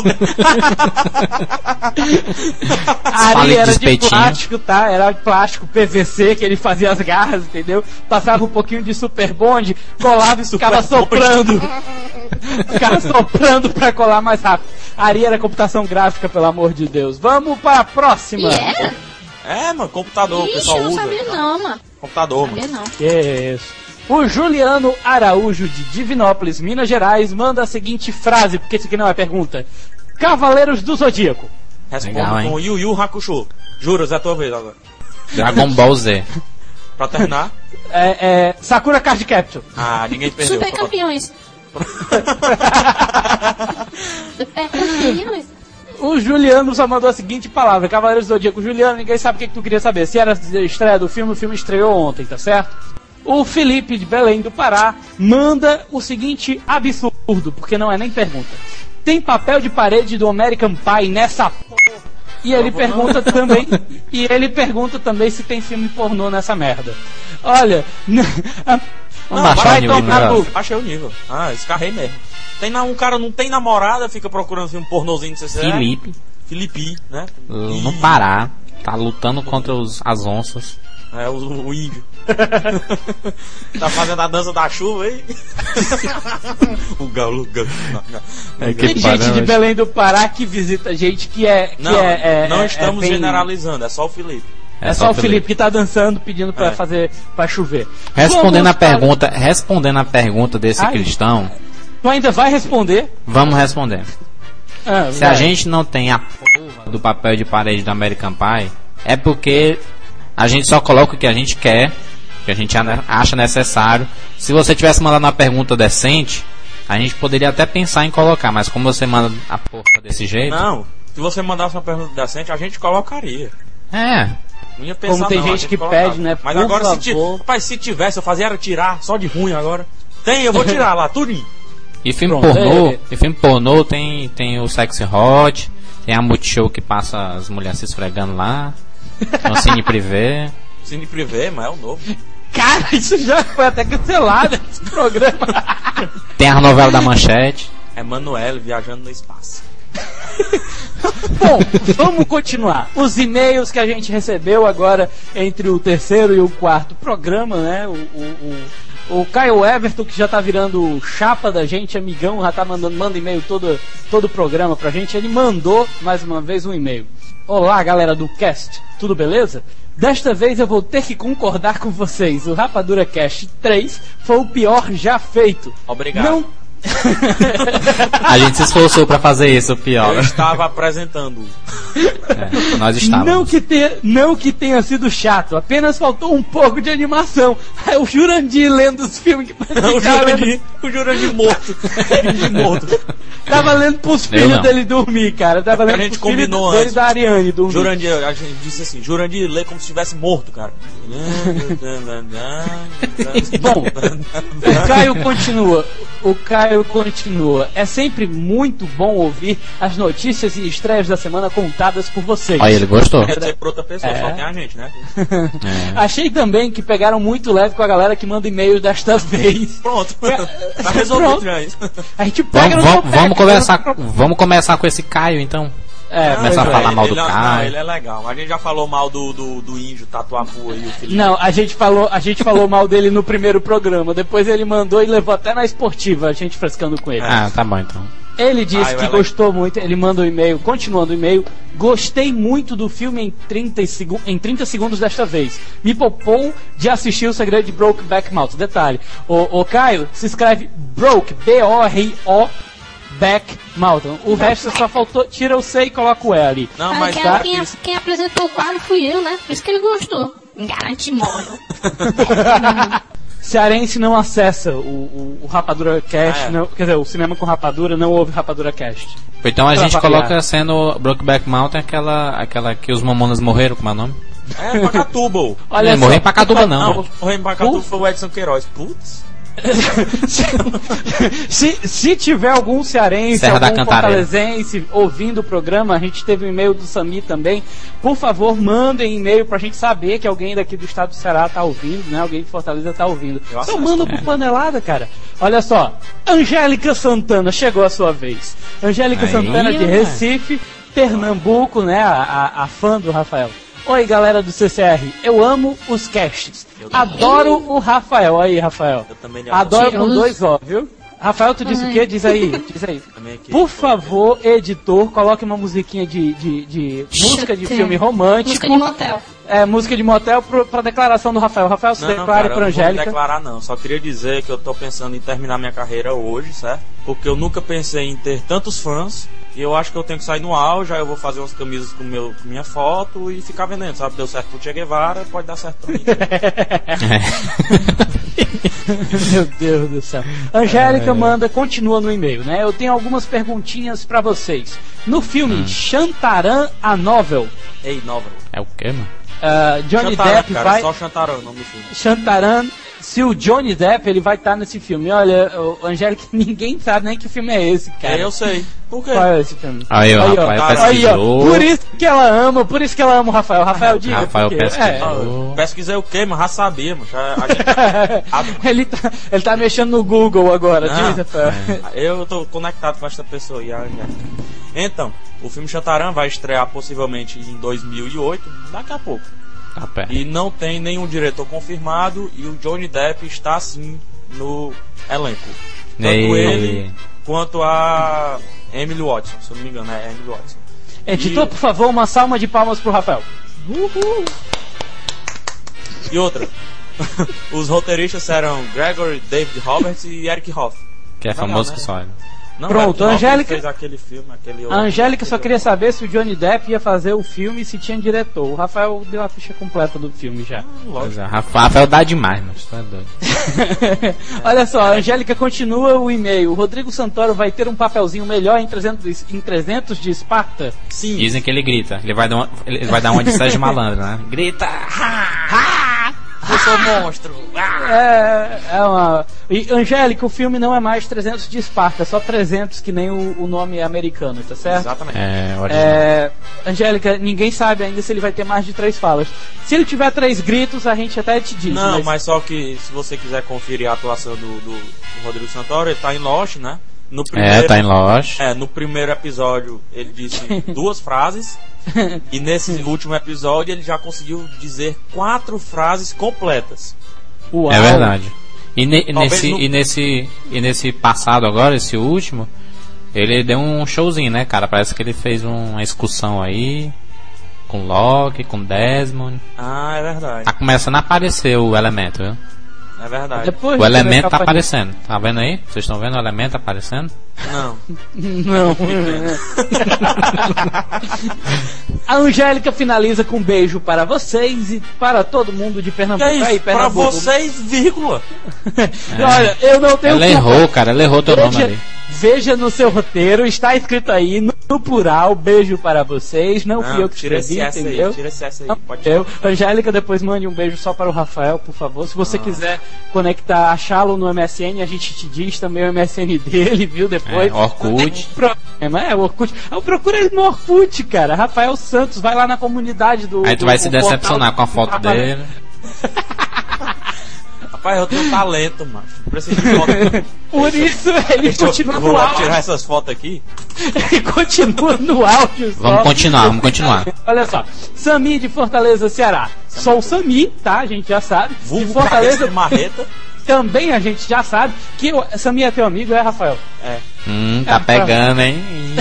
Ali era de plástico, tá? Era de plástico PVC que ele fazia as garras, entendeu? Passava um pouquinho de Super Bond, colava e ficava soprando. Ficava soprando pra colar mais rápido. Ari era computação gráfica, pelo amor de Deus. Vamos para a próxima. Mano, computador, o pessoal usa. Não sabia não, mano. Computador, mano. Não. Que isso. O Juliano Araújo, de Divinópolis, Minas Gerais, manda a seguinte frase, porque isso aqui não é pergunta. Cavaleiros do Zodíaco. Responda com Yu Yu Hakusho. Juro, é a tua vez agora. Dragon Ball Z. Pra terminar. Sakura Card Capture. Ninguém perdeu. Super campeões. O Juliano só mandou a seguinte palavra: Cavaleiros do Zodíaco. Juliano, ninguém sabe o que tu queria saber. Se era a estreia do filme, o filme estreou ontem, tá certo? O Felipe de Belém do Pará manda o seguinte absurdo, porque não é nem pergunta. Tem papel de parede do American Pie nessa porra? E ele pergunta também se tem filme pornô nessa merda. Olha, Baixei o nível. Escarrei mesmo. Um cara não tem namorada, fica procurando filme pornozinho de CCE. Felipe, né? No Pará, tá lutando contra as onças. O índio. Tá fazendo a dança da chuva aí. O galo. Tem gente de Belém do Pará que visita gente que não estamos generalizando, é só o Felipe. É só o Felipe que tá dançando, pedindo pra chover. Respondendo a pergunta desse cristão. Tu ainda vai responder? Vamos responder. Se a gente não tem a porra do papel de parede do American Pie, é porque a gente só coloca o que a gente quer, que a gente acha necessário. Se você tivesse mandado uma pergunta decente, a gente poderia até pensar em colocar, mas como você manda a porra desse jeito... Não, se você mandasse uma pergunta decente, a gente colocaria. Não ia pensar, como tem gente que pede, né? Mas agora, se tivesse, eu fazia era tirar, só de ruim agora. Eu vou tirar lá, tudinho. E filme pornô tem o Sexy Hot, tem a Multishow que passa as mulheres se esfregando lá, tem o Cine Privé. Cine Privé, mas é o novo. Cara, isso já foi até cancelado, esse programa. Tem a novela da Manchete. É Manuel viajando no espaço. Bom, vamos continuar. Os e-mails que a gente recebeu agora entre o terceiro e o quarto programa, né? O Caio Everton, que já tá virando chapa da gente, amigão, já tá manda e-mail todo o programa pra gente. Ele mandou mais uma vez um e-mail. Olá, galera do cast, tudo beleza? Desta vez eu vou ter que concordar com vocês. O Rapadura Cast 3 foi o pior já feito. Obrigado. Não... A gente se esforçou pra fazer isso, o pior. Eu estava apresentando. Nós estávamos. Não que tenha sido chato, apenas faltou um pouco de animação. É o Jurandir lendo os filmes que o Jurandir morto. Tava lendo pros filhos dele dormir, cara. Tava lendo a gente combinou antes da Ariane dormir. Jurandir, a gente disse assim, Jurandir lê como se estivesse morto, cara. Bom, o Caio continua. É sempre muito bom ouvir as notícias e estreias da semana contadas por vocês. Aí ele gostou. Quer dizer por outra pessoa, só tem a gente, né? Achei também que pegaram muito leve com a galera que manda e-mails desta vez. Pronto. Tá resolvido já isso. A gente pega vamos começar com esse Caio, então. Começar a falar mal do Caio. Não, ele é legal. A gente já falou mal do índio Tatuapu aí, o Felipe. Não, a gente falou mal dele no primeiro programa. Depois ele mandou e levou até na esportiva, a gente frescando com ele. Ah, tá bom então. Ele disse que gostou muito, ele manda um e-mail, continuando o e-mail. Gostei muito do filme em 30 segundos desta vez. Me poupou de assistir O Segredo de Brokeback Mountain. Detalhe, o Caio se escreve Broke, B-O-R-O, Back Mountain. O resto só faltou, tira o C e coloca o E ali. Não, mas quem apresentou o quadro fui eu, né? Por isso que ele gostou. Garante modo. Cearense não acessa o Rapadura Cast, não, quer dizer, o Cinema com Rapadura não ouve Rapadura Cast. Então a gente coloca sendo Brokeback Mountain aquela que os Mamonas morreram, como é o nome? É, Pacatuba. Olha, morreu em Pacatuba não. Morreu em Pacatuba foi o Edson Queiroz. Putz. se tiver algum cearense, algum fortalezense ouvindo o programa, a gente teve um e-mail do Sami também. Por favor, mandem e-mail pra gente saber que alguém daqui do estado do Ceará tá ouvindo, né? Alguém de Fortaleza tá ouvindo. Então manda pro Panelada, cara. Olha só, Angélica Santana, chegou a sua vez. Angélica Santana de Recife, Pernambuco, né? A fã do Rafael. Oi, galera do CCR, eu amo os casts. Adoro o Rafael. Aí, Rafael. Eu também adoro com 2 O, viu? Rafael, tu disse o quê? Diz aí. Por favor, editor, coloque uma musiquinha de música de filme romântico. Música de motel. Música de motel pra declaração do Rafael. Rafael, se declare pra Angélica. Não vou declarar não, só queria dizer que eu tô pensando em terminar minha carreira hoje, certo? Porque eu nunca pensei em ter tantos fãs. E eu acho que eu tenho que sair no auge, aí eu vou fazer umas camisas com minha foto e ficar vendendo, sabe? Deu certo pro Che Guevara, pode dar certo pra mim. Meu Deus do céu. Angélica continua no e-mail, né? Eu tenho algumas perguntinhas pra vocês. No filme Shantaran, a Novel. Ei, Novel. É o quê, mano? Johnny Shantaran, Depp cara, vai... só Shantaran o nome do filme. Shantaran, se o Johnny Depp, ele vai estar nesse filme. Olha, Angélica, ninguém sabe nem que filme é esse, cara. Eu sei. Por quê? Qual é esse filme? Aí, ó, pesquisou. Por isso que ela ama o Rafael. Rafael, diga. Rafael pesquisou. Pesquisei o quê, mas já sabia, mano. Ele tá mexendo no Google agora, diz, Rafael. Eu tô conectado com essa pessoa e a Angélica. Então, o filme Shantaran vai estrear possivelmente em 2008, daqui a pouco. Tá perto. E não tem nenhum diretor confirmado e o Johnny Depp está sim no elenco. Tanto ele quanto a Emily Watson, se eu não me engano, é Emily Watson. Editor, por favor, uma salva de palmas pro Rafael. Uhul! E outra, os roteiristas serão Gregory David Roberts e Eric Hoff. Que é famoso, né? Que só. Não, pronto, a Angélica fez aquele filme, a Angélica só queria saber se o Johnny Depp ia fazer o filme e se tinha diretor. O Rafael deu a ficha completa do filme já. Rafael dá demais, mas tá doido. Olha só, a Angélica continua o e-mail. O Rodrigo Santoro vai ter um papelzinho melhor em 300 de Esparta? Sim. Dizem que ele grita. Ele vai dar uma de Sérgio Malandro, né? Grita! Eu sou monstro. E, Angélica, o filme não é mais 300 de Esparta, é só 300, que nem o nome americano, tá certo? Exatamente. Angélica, ninguém sabe ainda se ele vai ter mais de 3 falas. Se ele tiver 3 gritos, a gente até te diz. Não, mas só que se você quiser conferir a atuação do Rodrigo Santoro, ele tá em Lost, né? No primeiro, tá em Lost. No primeiro episódio ele disse 2 frases. E nesse último episódio ele já conseguiu dizer 4 frases completas. Uau. É verdade. E nesse passado agora, esse último, ele deu um showzinho, né, cara? Parece que ele fez uma excursão aí com Locke, com Desmond. Ah, é verdade. Tá começando a aparecer o elemento, viu? É verdade. Depois o elemento tá aparecendo. Tá vendo aí? Vocês estão vendo o elemento aparecendo? Não. Não. A Angélica finaliza com um beijo para vocês e para todo mundo de Pernambuco. Que é isso? Para vocês, vírgula. Olha, eu não tenho... Ela errou, cara. Ela errou teu nome ali. Veja no seu roteiro, está escrito aí no plural, beijo para vocês. Não fui eu que escrevi, entendeu? Tira esse aí, pode eu. Angélica, depois mande um beijo só para o Rafael, por favor. Se você quiser conectar, achá-lo no MSN, a gente te diz também o MSN dele, viu? Depois. Orkut. O Orkut. Procura ele no Orkut, cara. Rafael Santos, vai lá na comunidade do... Aí tu vai se decepcionar com a foto dele. Rapaz, eu tenho talento, mano. Preciso de foto. Por isso ele continua no áudio. Vou tirar essas fotos aqui. Ele continua no áudio. Vamos continuar. Olha só. Sami de Fortaleza, Ceará. Sou o Sami, tá? A gente já sabe. De Fortaleza. Marreta. Também a gente já sabe que Sami é teu amigo, é, Rafael? Tá pegando, hein?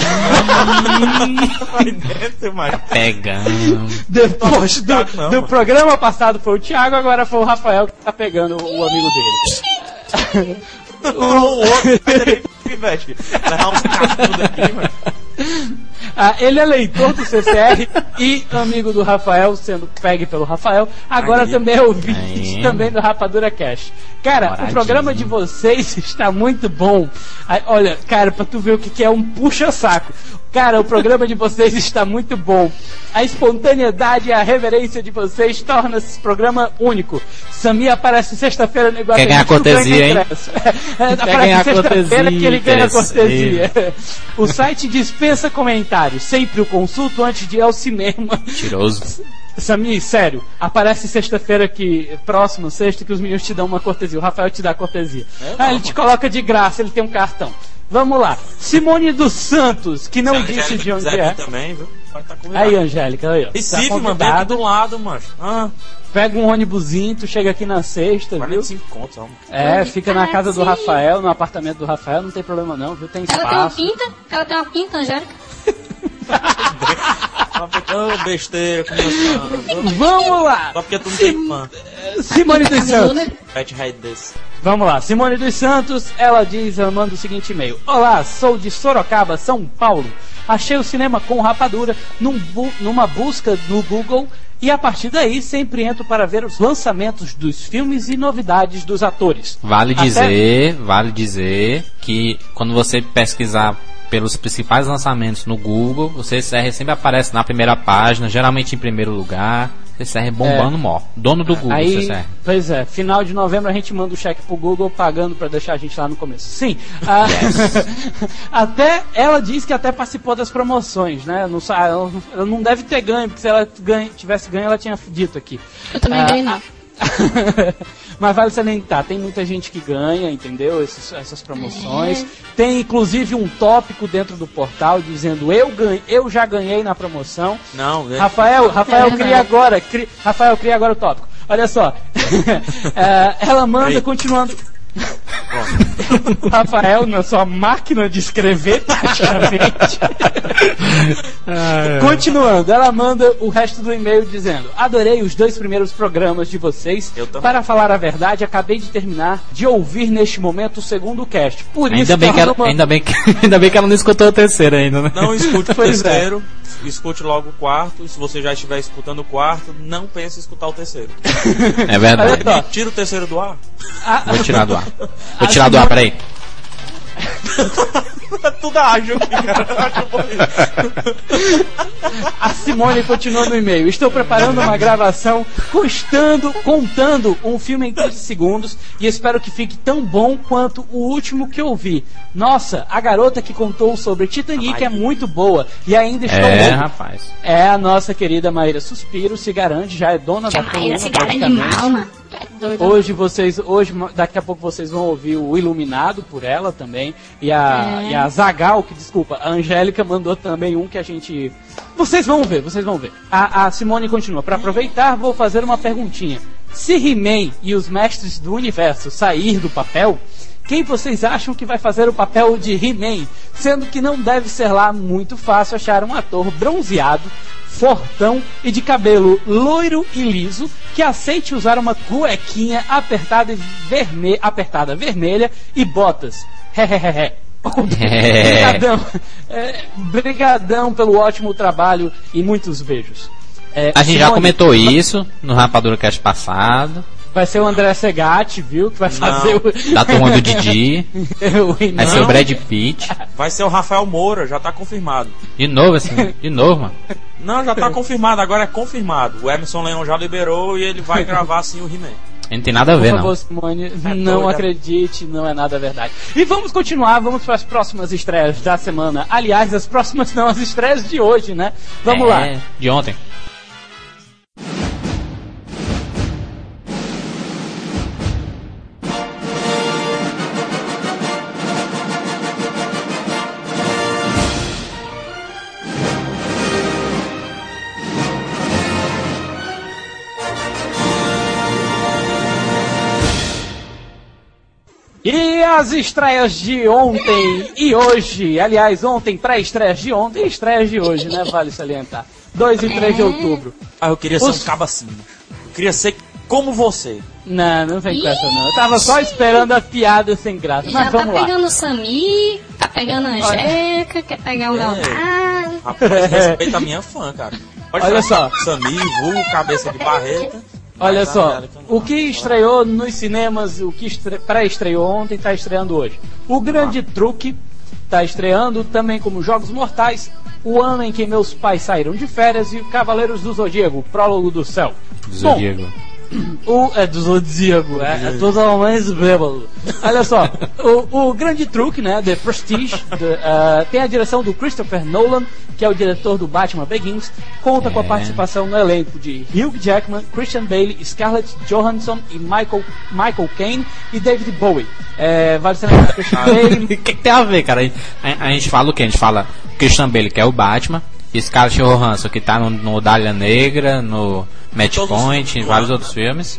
Tá pegando. Depois do programa passado foi o Thiago, agora foi o Rafael que tá pegando o amigo dele. O outro pivete. Levar uns cascudos aqui, mano. Ele é leitor do CCR e amigo do Rafael, sendo pegue pelo Rafael. Agora também é ouvinte também do Rapadura Cash. Cara, o programa de vocês está muito bom. Olha, cara, pra tu ver o que é um puxa-saco. Cara, o programa de vocês está muito bom. A espontaneidade e a reverência de vocês torna esse programa único. Sami aparece sexta-feira no Iguatemi. Quer ganhar cortesia, hein? Aparece sexta-feira que ele ganha cortesia. O site dispensa comentários. Sempre o consulto antes de ir ao cinema. Mentiroso. Sami, sério, aparece sexta-feira próximo, sexta, que os meninos te dão uma cortesia. O Rafael te dá cortesia. Ele te coloca de graça, ele tem um cartão. Vamos lá. Simone dos Santos, que não disse de onde é. Também, viu? Aí, Angélica, aí, ó. Recife, mano, bem aqui do lado, mano. Pega um ônibusinho, tu chega aqui na sexta, 45 viu? Contos, fica na casa do Rafael, no apartamento do Rafael, não tem problema não, viu? Tem espaço. Ela tem uma pinta, Angélica. Besteira, vamos lá! Só porque tu não tem fã. Simone dos Santos. Desse. Vamos lá, Simone dos Santos, ela manda o seguinte e-mail. Olá, sou de Sorocaba, São Paulo. Achei o cinema com Rapadura numa busca no Google e a partir daí sempre entro para ver os lançamentos dos filmes e novidades dos atores. Vale dizer que quando você pesquisar pelos principais lançamentos no Google, o CCR sempre aparece na primeira página, geralmente em primeiro lugar. CCR bombando mó. Dono do Google, aí, CCR. Pois é, final de novembro a gente manda o cheque pro Google pagando pra deixar a gente lá no começo. Sim. Até ela diz que até participou das promoções, né? Ela não deve ter ganho, porque se ela tivesse ganho, ela tinha dito aqui. Eu também ganhei, não. Mas vale salientar, tem muita gente que ganha, entendeu? Essas promoções. Tem inclusive um tópico dentro do portal dizendo eu já ganhei na promoção. Não, Rafael, cria agora o tópico. Olha só. Ela manda, continuando. Rafael, na sua máquina de escrever, praticamente. Continuando, ela manda o resto do e-mail dizendo: adorei os 2 primeiros programas de vocês. Para falar a verdade, acabei de terminar de ouvir neste momento o segundo cast. Por isso ainda bem que ela não escutou o terceiro ainda, né? Não escute o terceiro. Escute logo o quarto. E se você já estiver escutando o quarto, não pense em escutar o terceiro. É verdade. Tira o terceiro do ar. Vou tirar do ar. Vou tirar do ar, peraí. Tudo ágil aqui, cara. A Simone continua no e-mail. Estou preparando uma gravação contando um filme em 15 segundos e espero que fique tão bom quanto o último que eu vi. Nossa, a garota que contou sobre Titanic é muito boa e ainda estou rapaz. É a nossa querida Maíra Suspiro, se garante, já é dona da coluna. Se garante mal, mano. Daqui a pouco vocês vão ouvir o Iluminado por ela também. E a Zagal, a Angélica mandou também um que a gente... Vocês vão ver. A Simone continua. Para aproveitar, vou fazer uma perguntinha. Se He-Man e os Mestres do Universo sair do papel, quem vocês acham que vai fazer o papel de He-Man? Sendo que não deve ser lá muito fácil achar um ator bronzeado, fortão e de cabelo loiro e liso que aceite usar uma cuequinha apertada vermelha e botas. Brigadão pelo ótimo trabalho e muitos beijos. A gente já comentou isso no Rapadura Cast passado. Vai ser o André Segatti, viu? Que vai fazer o... Da turma do Didi. Vai ser o Brad Pitt. Vai ser o Rafael Moura, já tá confirmado. De novo, assim? De novo, mano? Não, já tá confirmado, agora é confirmado. O Emerson Leão já liberou e ele vai gravar assim o He-Man. Não tem nada a ver, por favor, Simone, não acredite, não é nada verdade. E vamos continuar, vamos para as próximas estreias da semana. Aliás, as próximas não, as estreias de hoje, né? Vamos lá. De ontem. E as estreias de ontem e hoje, aliás, ontem, pré-estreias de ontem e estreias de hoje, né? Vale salientar. 2 e 3 de outubro. Eu queria ser um cabo assim. Eu queria ser como você. Não vem com essa não. Eu tava só esperando a piada sem graça. Mas vamos lá. Já tá pegando o Samir, tá pegando a Angélica, quer pegar o Leonardo. Rapaz, respeita a minha fã, cara. Olha só. Samir, vulgo, cabeça de barreta. Olha só, o que estreou nos cinemas, o que pré-estreou ontem, está estreando hoje. O Grande Truque está estreando também como Jogos Mortais, O Ano em que Meus Pais Saíram de Férias e Cavaleiros do Zodíaco, Prólogo do Céu. Zodíaco. Do Zodíaco, é totalmente bêbado. Olha só, o Grande Truque, né, The Prestige, tem a direção do Christopher Nolan, que é o diretor do Batman Begins, conta com a participação no elenco de Hugh Jackman, Christian Bale, Scarlett Johansson e Michael Caine e David Bowie. Vale ser lembrado Christian Bale. O que tem a ver, cara? A gente fala o quê? A gente fala Christian Bale, que é o Batman, Scarlett Johansson, que tá no Dália Negra, no Match Point, em vários outros filmes.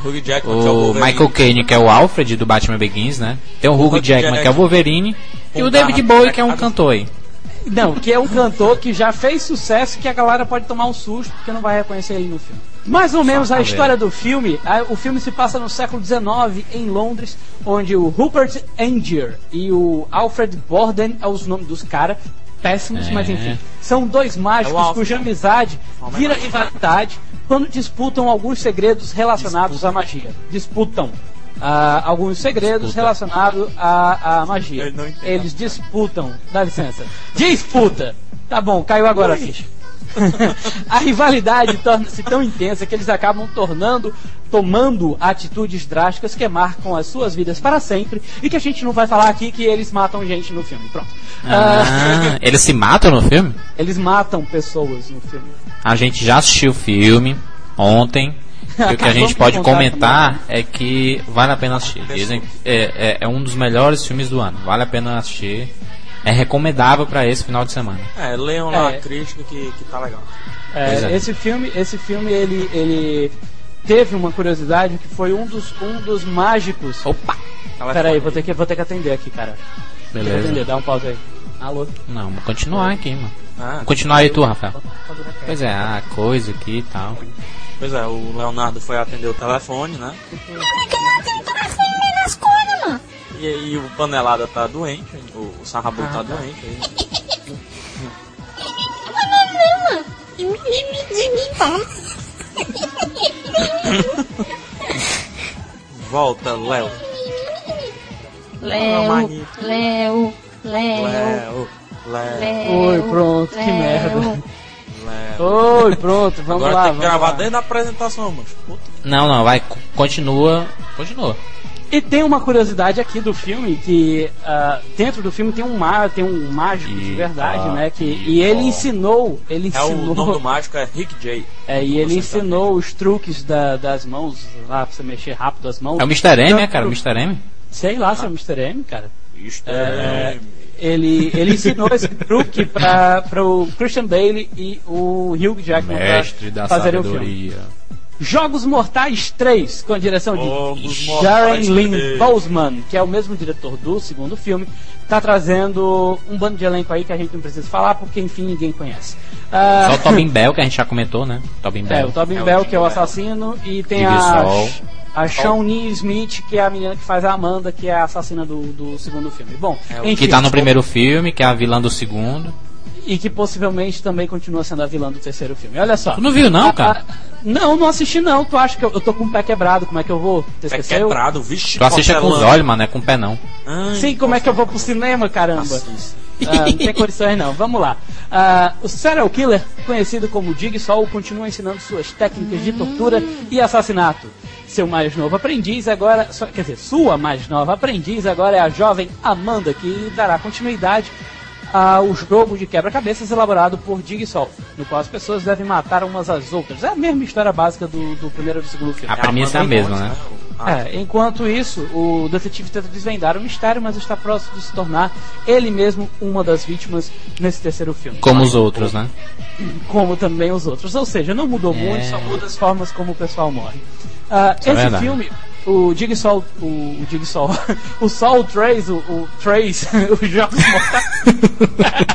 O Michael Caine, que é o Alfred do Batman Begins, né? Tem o Hugh Jackman, que é o Wolverine, e o David Bowie, que é um cantor aí. Não, que é um cantor que já fez sucesso, que a galera pode tomar um susto porque não vai reconhecer ele no filme. Mais ou menos a história do filme, o filme se passa no século XIX em Londres, onde o Rupert Angier e o Alfred Borden, é os nomes dos caras, péssimos, mas enfim, são dois mágicos cuja amizade vira rivalidade quando disputam alguns segredos relacionados à magia. Alguns segredos relacionados à magia. Eles disputam. Dá licença. Disputa! Tá bom, caiu agora a ficha. A rivalidade torna-se tão intensa que eles acabam tomando atitudes drásticas que marcam as suas vidas para sempre e que a gente não vai falar aqui que eles matam gente no filme. Pronto. Eles se matam no filme? Eles matam pessoas no filme. A gente já assistiu o filme ontem. E o que a gente pode comentar é que vale a pena assistir. Dizem que é um dos melhores filmes do ano. Vale a pena assistir. É recomendável para esse final de semana. Leiam lá a crítica que tá legal. Esse filme ele teve uma curiosidade que foi um dos mágicos. Opa! Peraí, vou ter que atender aqui, cara. Beleza. Atender, dá um pause aí. Alô? Não, vou continuar aqui, mano. Vou continuar aí tu, Rafael. Pois é, a coisa aqui e tal. Pois é, o Leonardo foi atender o telefone, né? Não tem telefone nas coisas, mano. E aí o Panelada tá doente, o Sarrabu tá doente aí. Volta, Léo. Léo. Oi, pronto, que merda. Oi, pronto, vamos agora lá. Tem que gravar desde a apresentação, mas Não, vai, continua. E tem uma curiosidade aqui do filme, que dentro do filme tem um mágico de verdade, né? E ele ensinou... o nome do mágico é Rick J. E ele ensinou os truques das mãos, lá, pra você mexer rápido as mãos. É o Mr. M, né, cara? O Mr. M? Sei lá se é o Mr. M, cara. Mr. M. Ele ensinou esse truque para o Christian Bale e o Hugh Jackman, mestre da fazerem sabedoria. o filme. Jogos Mortais 3, com a direção de Darren Lynn Bousman, que é o mesmo diretor do segundo filme, tá trazendo um bando de elenco aí que a gente não precisa falar, porque enfim ninguém conhece. Só o Tobin Bell, que a gente já comentou, né? O Tobin Bell, que é o assassino, e tem a Shawnee Smith, que é a menina que faz a Amanda, que é a assassina do segundo filme. Bom, enfim, que tá no primeiro filme, que é a vilã do segundo. E que possivelmente também continua sendo a vilã do terceiro filme. Olha só. Tu não viu não, cara? Não assisti não. Tu acha que eu tô com o pé quebrado? Como é que eu vou? Pé quebrado, vixe. Tu assiste com os olhos, mano, é com o pé não. Sim, como é que eu vou pro cinema, caramba? Não tem condições não. Vamos lá. O serial killer, conhecido como Jigsaw, continua ensinando suas técnicas de tortura e assassinato. Seu mais novo aprendiz agora... sua mais nova aprendiz agora é a jovem Amanda, que dará continuidade ao jogo de quebra-cabeças elaborado por Jigsaw, no qual as pessoas devem matar umas às outras. É a mesma história básica do primeiro e do segundo filme. A premissa é a mesma, né? Enquanto isso, o detetive tenta desvendar o mistério, mas está próximo de se tornar ele mesmo uma das vítimas nesse terceiro filme. Como os outros, né? Como também os outros. Ou seja, não mudou muito, só muda as formas como o pessoal morre. Esse filme... O Jigsaw, o Saul Trace, os Jogos Mortais.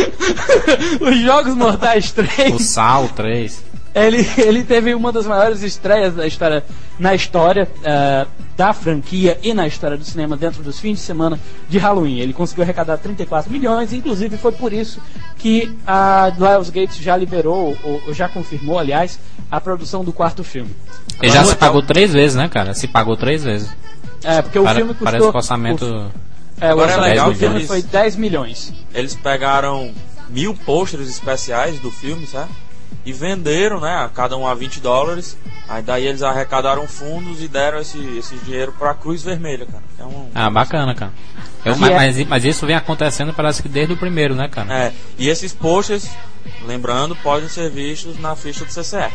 Os Jogos Mortais 3. O Saul 3. Ele teve uma das maiores estreias na história da franquia e na história do cinema dentro dos fins de semana de Halloween. Ele conseguiu arrecadar 34 milhões, inclusive foi por isso que a Lionsgate já liberou, ou já confirmou, aliás, a produção do quarto filme. Ele já se pagou 3 vezes, né, cara? Se pagou 3 vezes. Porque o filme custou... Parece que o orçamento... Agora é legal que o filme foi 10 milhões. Eles pegaram 1000 pôsteres especiais do filme, sabe? E venderam, né, cada um a $20. Aí daí eles arrecadaram fundos e deram esse dinheiro pra Cruz Vermelha, cara. Bacana, cara. Mas isso vem acontecendo, parece que desde o primeiro, né, cara? E esses posters, lembrando, podem ser vistos na ficha do CCR.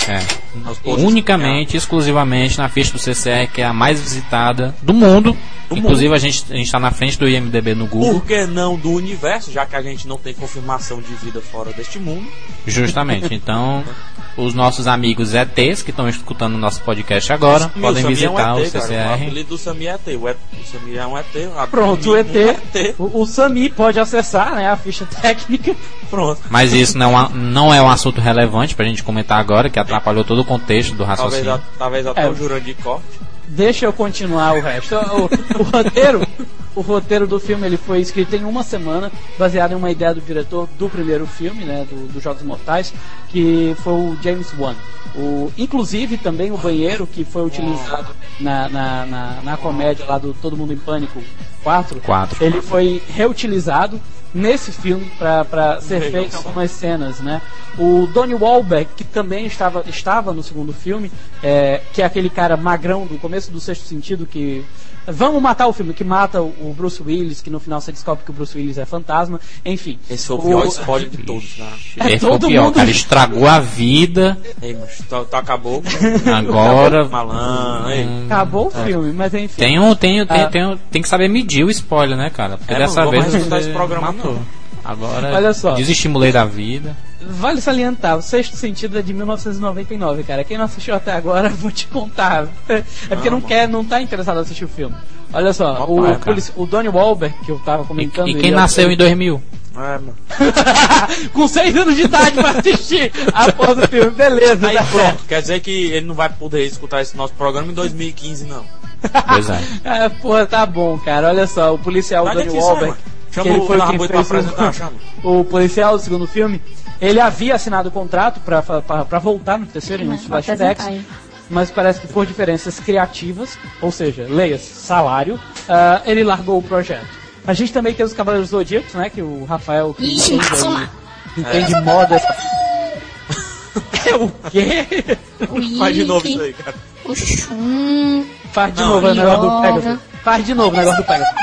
Unicamente, exclusivamente na ficha do CCR, que é a mais visitada do mundo. Inclusive a gente está na frente do IMDb no Google. Por que não do universo, já que a gente não tem confirmação de vida fora deste mundo? Justamente, então os nossos amigos ETs que estão escutando o nosso podcast agora podem visitar o CCR. O apelido do Sami é ET, o Sami é um ET. Pronto, o ET. O Sami pode acessar, né, a ficha técnica. Pronto. Mas isso não é um assunto relevante pra gente comentar agora, que atrapalhou todo o contexto do raciocínio. Talvez até o Jurandir corte. Deixa eu continuar o resto. O roteiro do filme ele foi escrito em uma semana, baseado em uma ideia do diretor do primeiro filme, né, dos Jogos Mortais, que foi o James Wan. Inclusive também o banheiro que foi utilizado na comédia lá do Todo Mundo em Pânico 4. Ele foi reutilizado nesse filme para ser feito algumas cenas, né? O Donnie Wahlberg, que também estava no segundo filme, que é aquele cara magrão do começo do Sexto Sentido, que vamos matar o filme, que mata o Bruce Willis, que no final você descobre que o Bruce Willis é fantasma, enfim. Esse foi o pior spoiler de todos, né? Esse foi o pior, cara, estragou a vida. Acabou. Agora acabou o filme, mas enfim. Tem que saber medir o spoiler, né, cara? Porque dessa vez esse programa matou. Agora olha só, desestimulei da vida. Vale salientar, o Sexto Sentido é de 1999, cara. Quem não assistiu até agora, vou te contar. Porque não tá interessado em assistir o filme. Olha só, o Donnie Wahlberg, que eu tava comentando... E quem nasceu em 2000? Mano. Com 6 anos de idade pra assistir a porra do filme, beleza. Aí pronto, quer dizer que ele não vai poder escutar esse nosso programa em 2015, não. Pois é. Porra, tá bom, cara. Olha só, o policial Donnie Wahlberg... Chama o Narrabuito pra apresentar, chama. O policial do segundo filme, ele havia assinado o contrato pra voltar no terceiro, nos flashbacks, mas parece que por diferenças criativas, ou seja, leia salário, ele largou o projeto. A gente também tem os Cavaleiros Zodíacos, né, que o Rafael entende moda. O quê? Faz de novo isso aí, cara. Faz de novo o negócio do Pegasus. Faz de novo o negócio do Pegasus.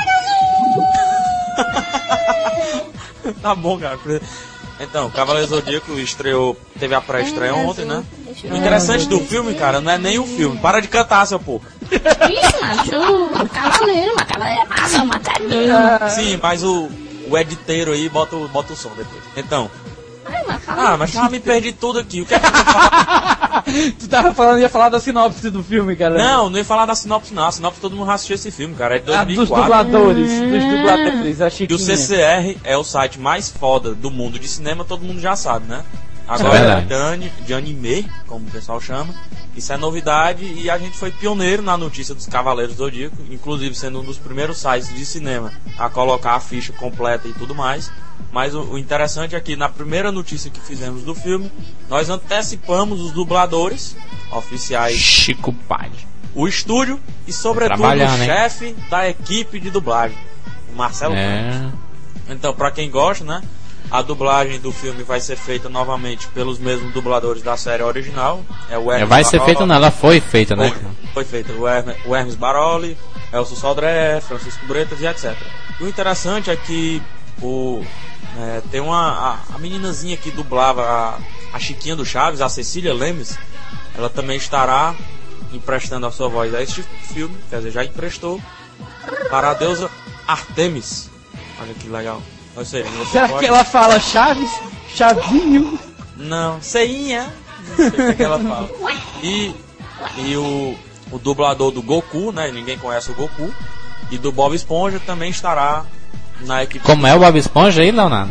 Tá bom, cara. Então, Cavaleiro Zodíaco teve a pré-estreia ontem, né? O interessante do filme, cara, não é nem o filme. Para de cantar, seu porra. Isso, macho, Cavaleiro é massa, matadinho. Sim, mas o editeiro aí bota o som depois. Então. Mas já me perdi tudo aqui. O que é que eu vou falar? Tu ia falar da sinopse do filme, cara. Não ia falar da sinopse, não. A sinopse todo mundo já assistiu esse filme, cara. É de 2004. Dos dubladores, a Chiquinha. E o CCR é o site mais foda do mundo de cinema, todo mundo já sabe, né? Agora de anime, como o pessoal chama. Isso é novidade e a gente foi pioneiro na notícia dos Cavaleiros do Zodíaco, inclusive sendo um dos primeiros sites de cinema a colocar a ficha completa e tudo mais. Mas o interessante é que na primeira notícia que fizemos do filme, nós antecipamos os dubladores oficiais, Chico Pai, o estúdio e sobretudo o chefe da equipe de dublagem, o Marcelo. Então, pra quem gosta, né, a dublagem do filme vai ser feita novamente pelos mesmos dubladores da série original. Ela foi feita, né? Foi feita. O Hermes Baroli, Elcio Sodré, Francisco Bretas e etc. E o interessante é que tem a meninazinha que dublava a Chiquinha do Chaves, a Cecília Lemes. Ela também estará emprestando a sua voz a este filme, quer dizer, já emprestou, para a deusa Artemis. Olha que legal. Ou seja, será que ela fala Chaves? Chavinho? Não, Ceinha. Não sei o que ela fala. E o dublador do Goku, né? Ninguém conhece o Goku. E do Bob Esponja também estará na equipe. Como é o Bob Esponja aí, Leonardo?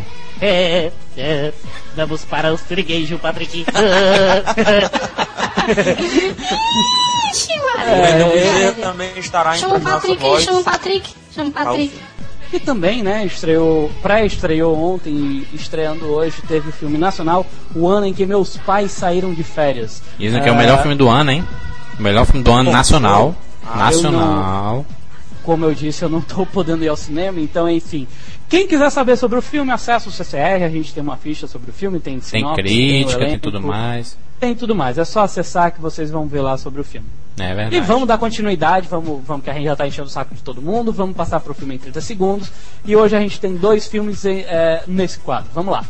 Vamos para o siriguejo, Patrick. O também estará chama o Patrick. E também, né, pré-estreou ontem e estreando hoje, teve o filme nacional, O Ano em que Meus Pais Saíram de Férias. Dizem que é o melhor filme do ano, hein? O melhor filme do ano nacional. Como eu disse, eu não estou podendo ir ao cinema, então, enfim. Quem quiser saber sobre o filme, acessa o CCR, a gente tem uma ficha sobre o filme, tem sinopse, tem crítica, tem tudo mais. Tem tudo mais, é só acessar que vocês vão ver lá sobre o filme. É verdade. E vamos dar continuidade, vamos que a gente já está enchendo o saco de todo mundo, vamos passar pro filme em 30 segundos. E hoje a gente tem 2 filmes nesse quadro, vamos lá.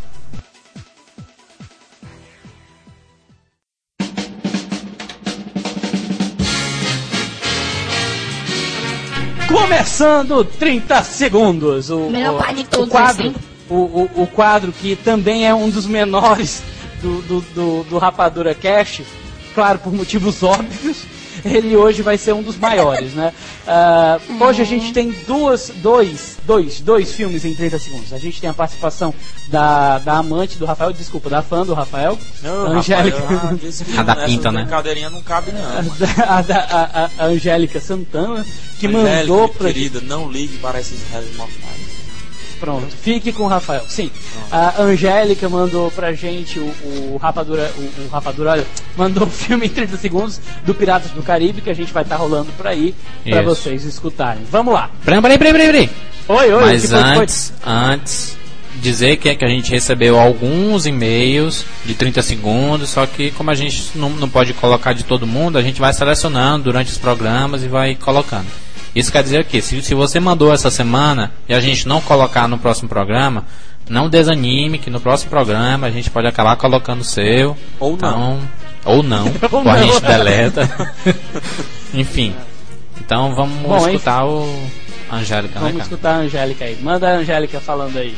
Começando 30 segundos. O melhor quadro de todos, assim. O quadro que também é um dos menores do Rapadura Cast, claro, por motivos óbvios. Ele hoje vai ser um dos maiores, né? Hoje a gente tem dois filmes em 30 segundos. A gente tem a participação da amante do Rafael, desculpa, da fã do Rafael, Angélica. A da Pinta, né? Brincadeirinha não cabe, não. A Angélica Santana, que Angélica, mandou pra... querida, não ligue para esses réis mortais. Pronto, fique com o Rafael. Sim, a Angélica mandou pra gente o Rapadura, olha, mandou o filme em 30 segundos do Piratas do Caribe, que a gente vai estar rolando por aí pra vocês escutarem. Vamos lá. Peraí. Oi. Mas antes, dizer que a gente recebeu alguns e-mails de 30 segundos, só que como a gente não pode colocar de todo mundo, a gente vai selecionando durante os programas e vai colocando. Isso quer dizer que se você mandou essa semana e a gente não colocar no próximo programa, não desanime, que no próximo programa a gente pode acabar colocando o seu. Ou não. Ou a gente deleta. Enfim. Então vamos escutar o Angélica, vamos escutar a Angélica aí. Manda a Angélica falando aí.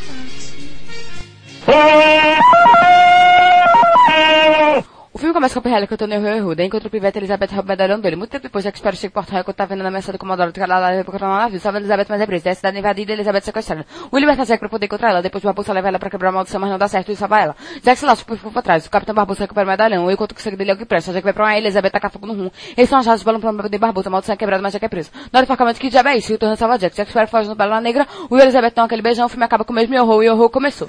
O filme começa com a Pirrelli cantando erro, daí encontra o Pivete e Elizabeth rouba o medalhão dele. Muito tempo depois, Jack Sparrow chega em Porto Rico, tá vendo na mesa do Comodoro do Canadá e procurando um navio, salva Elizabeth, mas é presa. Daí a cidade invadida e Elizabeth sequestrada. O liberta Jack pra poder encontrar ela, depois o Barbosa leva ela pra quebrar a maldição, mas não dá certo e salva ela. Jack se lasca por pra trás, o Capitão Barbosa recupera o medalhão, e enquanto o sangue dele é o que presta. Jack vai pra uma ilha, Elizabeth taca fogo no rum. Eles são achados pelo plano de Barbosa, a maldição é quebrada, mas Jack é preso. Na hora do enforcamento, que diabo é isso? E o Torrent salva Jack. Jack Sparrow foge no Pérola Negra, o e Elizabeth dão aquele beijão, o filme acaba com o mesmo e o horror começou.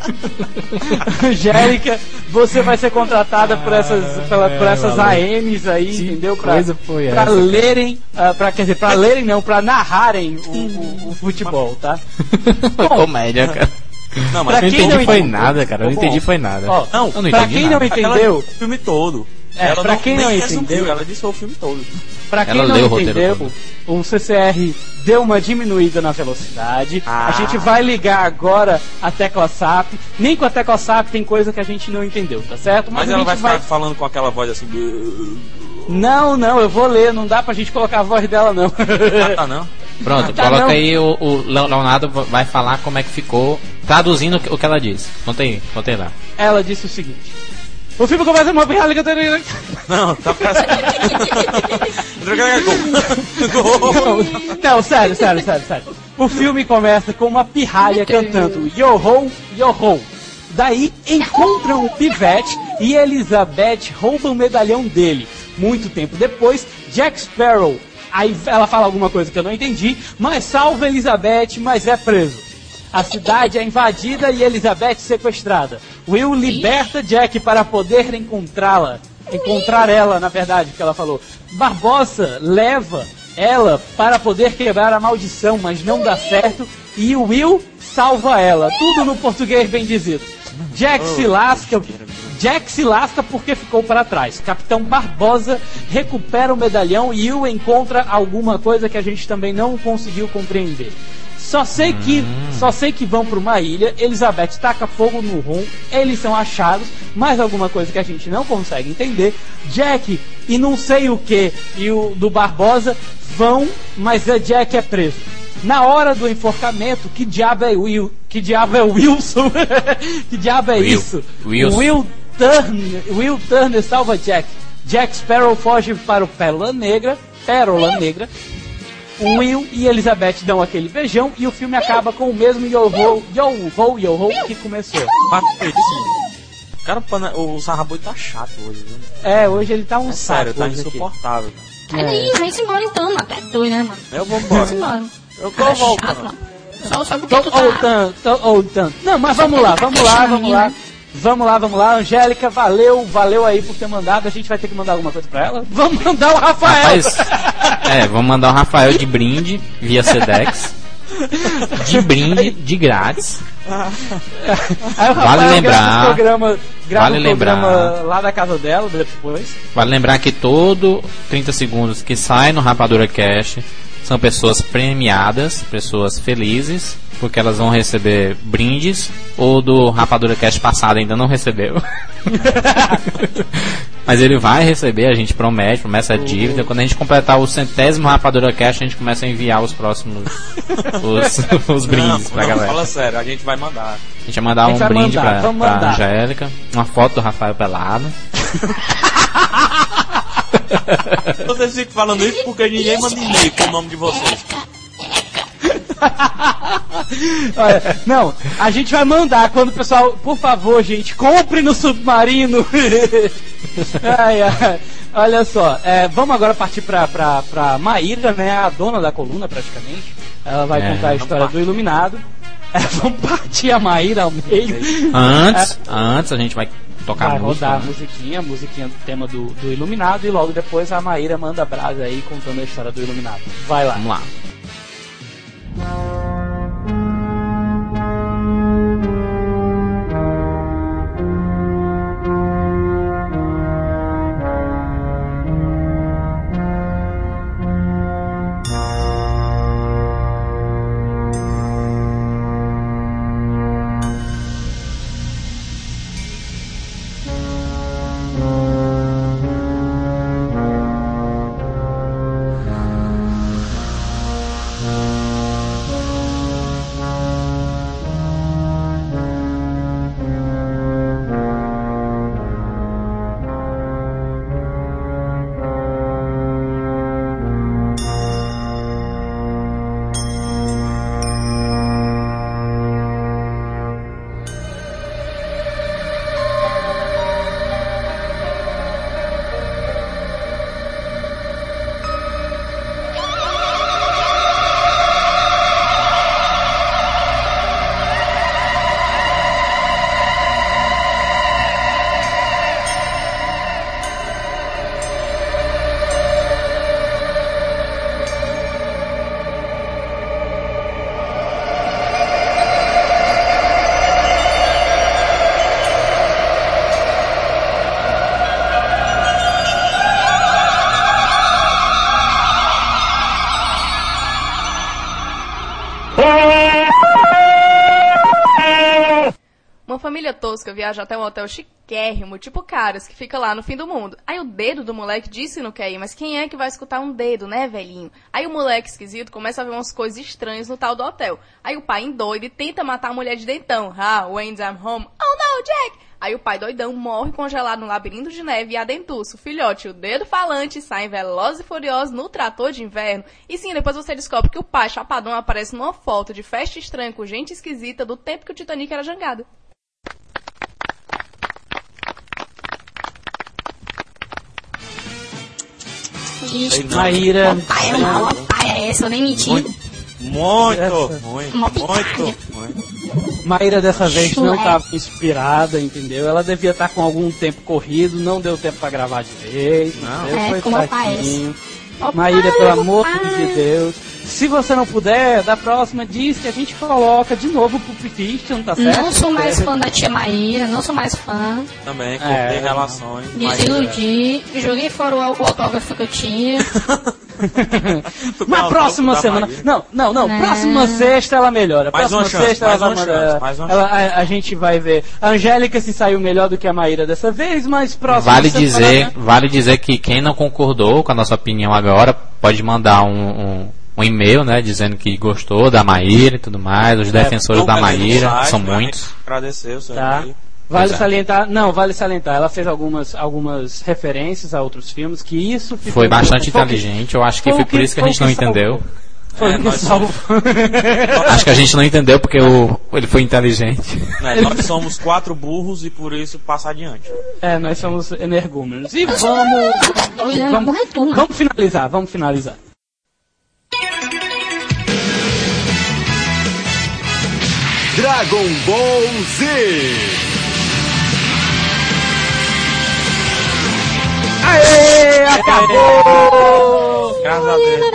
Angélica, você vai ser contratada por essas AMs aí, entendeu? Pra lerem, pra lerem não, pra narrarem o futebol, tá? Comédia, cara. Não, mas eu não entendi foi nada, cara. Eu não entendi foi nada. Ó, não, eu não pra quem nada. Não entendeu, o filme todo. Ela pra quem não entendeu, ela disse o filme todo. Pra quem não entendeu, o CCR deu uma diminuída na velocidade. A gente vai ligar agora a tecla SAP. Nem com a tecla SAP tem coisa que a gente não entendeu, tá certo? Mas ela vai ficar falando com aquela voz assim. Não, eu vou ler. Não dá pra gente colocar a voz dela, não. Tá, não? Pronto, coloca aí o Leonardo vai falar como é que ficou, traduzindo o que ela disse. Contei lá. Ela disse o seguinte: o filme começa uma pirralha. Não, tá fácil. Não, sério. O filme começa com uma pirralha cantando Yo-ho, Yo-ho. Daí encontram o Pivete e Elizabeth roubam o medalhão dele. Muito tempo depois, Jack Sparrow. Aí ela fala alguma coisa que eu não entendi, mas salva Elizabeth, mas é preso. A cidade é invadida e Elizabeth sequestrada. Will liberta Jack para poder encontrá-la. Encontrar ela, na verdade, que ela falou. Barbossa leva ela para poder quebrar a maldição, mas não dá certo. E o Will salva ela. Tudo no português bem dizido. Jack se lasca porque ficou para trás. Capitão Barbosa recupera o medalhão e Will encontra alguma coisa que a gente também não conseguiu compreender. Só sei que vão para uma ilha, Elizabeth taca fogo no rum, eles são achados, mais alguma coisa que a gente não consegue entender. Jack e não sei o que e o do Barbosa vão, mas a Jack é preso. Na hora do enforcamento, que diabo é Wilson? Que diabo é isso? Will Turner salva Jack. Jack Sparrow foge para o Pérola Negra. Will e Elizabeth dão aquele beijão e o filme acaba com o mesmo yo-ho que começou. Cara, o Sarraboi tá chato hoje, viu? Hoje ele tá saco. Sério, tá insuportável. Vai-se embora então, até doido, né, mano? Eu vou embora. Eu tô voltando. Só sabe o que tu tá... Tô voltando. Não, mas vamos lá. Vamos lá, Angélica, valeu aí por ter mandado. A gente vai ter que mandar alguma coisa pra ela? Vamos mandar o Rafael. Vamos mandar o Rafael de brinde via Sedex. De brinde, de grátis. Vale lembrar. Grava o programa lá da casa dela depois. Vale lembrar que todo 30 segundos que sai no Rapadura Cast são pessoas premiadas, pessoas felizes, porque elas vão receber brindes. Ou do Rapadura Cast passado ainda não recebeu. Mas ele vai receber, a gente promete essa dívida. Quando a gente completar o 100º Rapadura Cast, a gente começa a enviar os próximos os brindes pra galera. Fala sério, a gente vai mandar. A gente vai mandar um brinde pra Angélica, uma foto do Rafael pelado. Vocês ficam falando isso porque ninguém manda e-mail com o nome de vocês. Olha, não, a gente vai mandar quando o pessoal, por favor, gente, compre no Submarino. Olha só, vamos agora partir pra Maíra, né, a dona da coluna praticamente. Ela vai contar a história do Iluminado. Vamos partir a Maíra ao meio. Antes a gente vai tocar vai música. Rodar a musiquinha do tema do Iluminado. E logo depois a Maíra manda brasa aí contando a história do Iluminado. Vai lá. Vamos lá. família tosca viaja até um hotel chiquérrimo, tipo Caras, que fica lá no fim do mundo. Aí o dedo do moleque disse que não quer ir, mas quem é que vai escutar um dedo, né, velhinho? Aí o moleque esquisito começa a ver umas coisas estranhas no tal do hotel. Aí o pai endoida e tenta matar a mulher de dentão. When I'm home, oh no, Jack! Aí o pai doidão morre congelado no labirinto de neve e adentuço. O filhote, o dedo falante, saem velozes e furiosos no trator de inverno. E sim, depois você descobre que o pai chapadão aparece numa foto de festa estranha com gente esquisita do tempo que o Titanic era jangado. Maíra. Pai é mal, pai é essa, eu nem menti. Muito. Maíra dessa vez não estava inspirada, entendeu? Ela devia estar com algum tempo corrido, não deu tempo pra gravar direito. Não. Foi como fraquinho. Maíra, pelo amor de Deus. Se você não puder, da próxima diz que a gente coloca de novo pro Fiction, tá certo? Não sou mais fã da tia Maíra, não sou mais fã. Também, cortei relações. Desiludi, joguei fora o autógrafo que eu tinha. Mas próxima semana. Não. Próxima sexta ela melhora. Próxima sexta ela vai mandar. A gente vai ver. A Angélica se saiu melhor do que a Maíra dessa vez, mas próxima semana. Vale dizer que quem não concordou com a nossa opinião agora pode mandar um e-mail, né, dizendo que gostou da Maíra e tudo mais. Os defensores da Maíra são muitos. Agradecer o seu e-mail. Vale salientar, ela fez algumas referências a outros filmes, que isso foi bastante inteligente, eu acho que foi por isso que a gente não entendeu. Acho que a gente não entendeu porque ele foi inteligente. Nós somos 4 burros e por isso passa adiante. Nós somos energúmenos. E vamos finalizar. Dragon Ball Z. Aê, acabou! Graças a Deus.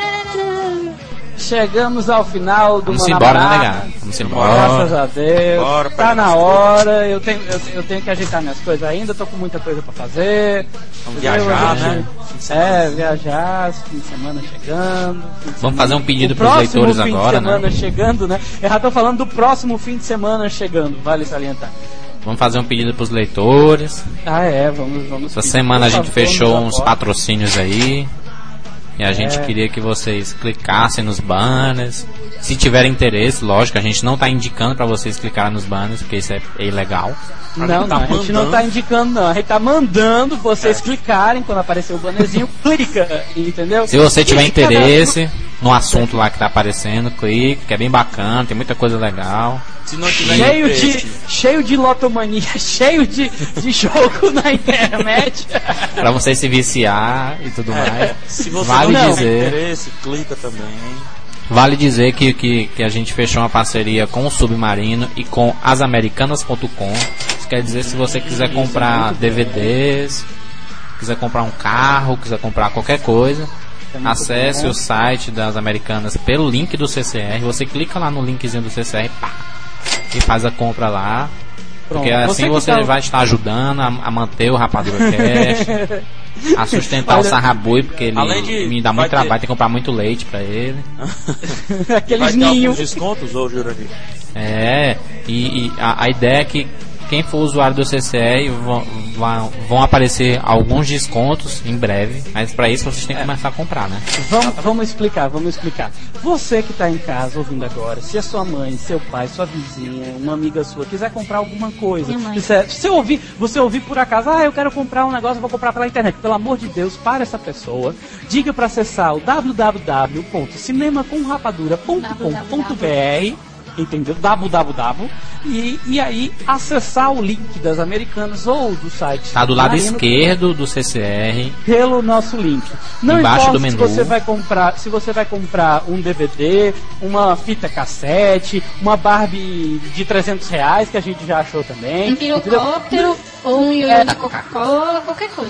Chegamos ao final do Vamos embora, né, negado? Vamos embora. Graças a Deus. Bora, tá na hora. Eu tenho que ajeitar minhas coisas ainda. Tô com muita coisa pra fazer. Vamos viajar, né? Viajar. Fim de semana chegando. Vamos fazer um pedido pros leitores agora, né? Fim de semana chegando, né? Eu já tô falando do próximo fim de semana chegando. Vale salientar. Vamos fazer um pedido pros leitores. Vamos. Essa semana a gente fechou uns patrocínios aí. E a gente queria que vocês clicassem nos banners. Se tiverem interesse, lógico, a gente não tá indicando pra vocês clicarem nos banners, porque isso é ilegal. A gente não tá indicando, não. A gente tá mandando vocês clicarem quando aparecer o bannerzinho, clica, entendeu? Se você tiver interesse no assunto lá que tá aparecendo, clique, que é bem bacana, tem muita coisa legal. Se não tiver cheio de lotomania, cheio de jogo na internet. Pra você se viciar e tudo mais. Se você não tiver interesse, clica também. Vale dizer que a gente fechou uma parceria com o Submarino e com asamericanas.com. Isso quer dizer, se você quiser comprar DVDs, quiser comprar um carro, quiser comprar qualquer coisa, acesse o site das Americanas pelo link do CCR. Você clica lá no linkzinho do CCR, e faz a compra lá. Porque assim você vai estar ajudando a manter o Rapadura Cast, a sustentar o Sarrabui, porque ele me dá muito trabalho, tem que comprar muito leite pra ele. Aqueles ninhos. Descontos, ou Jurandir? E a ideia é que quem for usuário do CCR vão aparecer alguns descontos em breve, mas para isso vocês têm que começar a comprar, né? Vamos explicar. Você que está em casa ouvindo agora, se a sua mãe, seu pai, sua vizinha, uma amiga sua quiser comprar alguma coisa, você ouvir por acaso, eu quero comprar um negócio, vou comprar pela internet. Pelo amor de Deus, para essa pessoa, diga para acessar o www.cinemacomrapadura.com.br, entendeu? www. E aí acessar o link das Americanas ou do site. Tá do lado esquerdo do CCR. Pelo nosso link. Não embaixo importa do menu. se você vai comprar um DVD, uma fita cassete, uma Barbie de R$300 que a gente já achou também. Um pirocóptero ou um ioiô da Coca-Cola, qualquer coisa.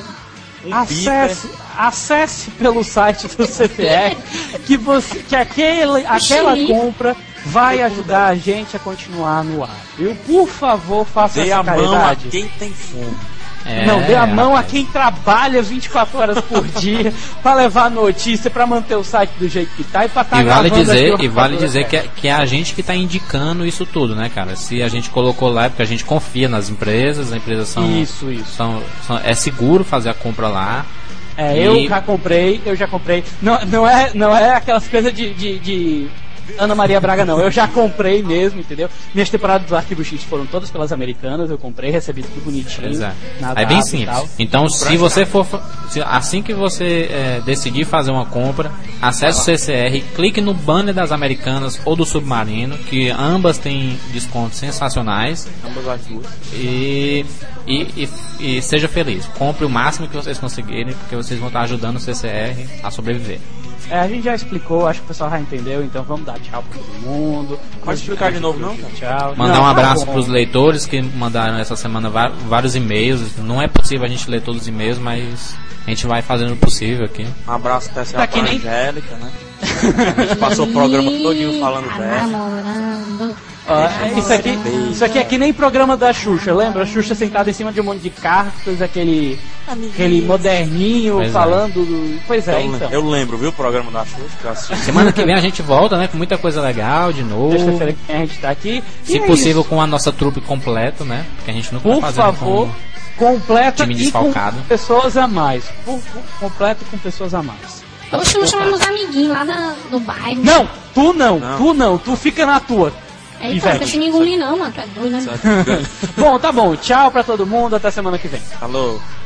Acesse pelo site do CCR que aquela compra vai ajudar a gente a continuar no ar, viu? Por favor, faça essa caridade. Quem tem fome. Não, dê a mão a quem trabalha 24 horas por dia pra levar notícia, pra manter o site do jeito que tá e pra estar vale dizer que é a gente que tá indicando isso tudo, né, cara? Se a gente colocou lá é porque a gente confia nas empresas, as empresas são... Isso. É seguro fazer a compra lá. Eu já comprei. Não é aquelas coisas de Ana Maria Braga, não. Eu já comprei mesmo, entendeu? Minhas temporadas do Arquivo X foram todas pelas americanas. Eu comprei, recebi tudo bonitinho. Exato. É bem simples. Então, se você for... assim que você decidir fazer uma compra, acesse o CCR, clique no banner das americanas ou do Submarino, que ambas têm descontos sensacionais. Ambas as duas. E seja feliz. Compre o máximo que vocês conseguirem, porque vocês vão estar ajudando o CCR a sobreviver. A gente já explicou, acho que o pessoal já entendeu, então vamos dar tchau pra todo mundo. Pode explicar de novo, não? Tchau. Mandar um abraço pros leitores que mandaram essa semana vários e-mails. Não é possível a gente ler todos os e-mails, mas a gente vai fazendo o possível aqui. Um abraço especial pra Angélica, né? A gente passou o programa todinho falando dela. Isso aqui é que nem programa da Xuxa, lembra? A Xuxa sentada em cima de um monte de cartas, aquele moderninho falando. Pois é, então. Eu lembro, viu, o programa da Xuxa que eu assisti. Semana que vem a gente volta, né? Com muita coisa legal de novo. Terça-feira que vem a gente tá aqui. Se possível, com a nossa trupe completa, né? Que a gente não Por favor, completa time desfalcado. E com pessoas a mais. Completo com pessoas a mais. Oxe, não chamamos amiguinhos lá do bairro. Não, tu não. Tu fica na tua. Então, não deixa ninguém não, mano. Tu é doido, né? Bom, tá bom. Tchau pra todo mundo. Até semana que vem. Falou.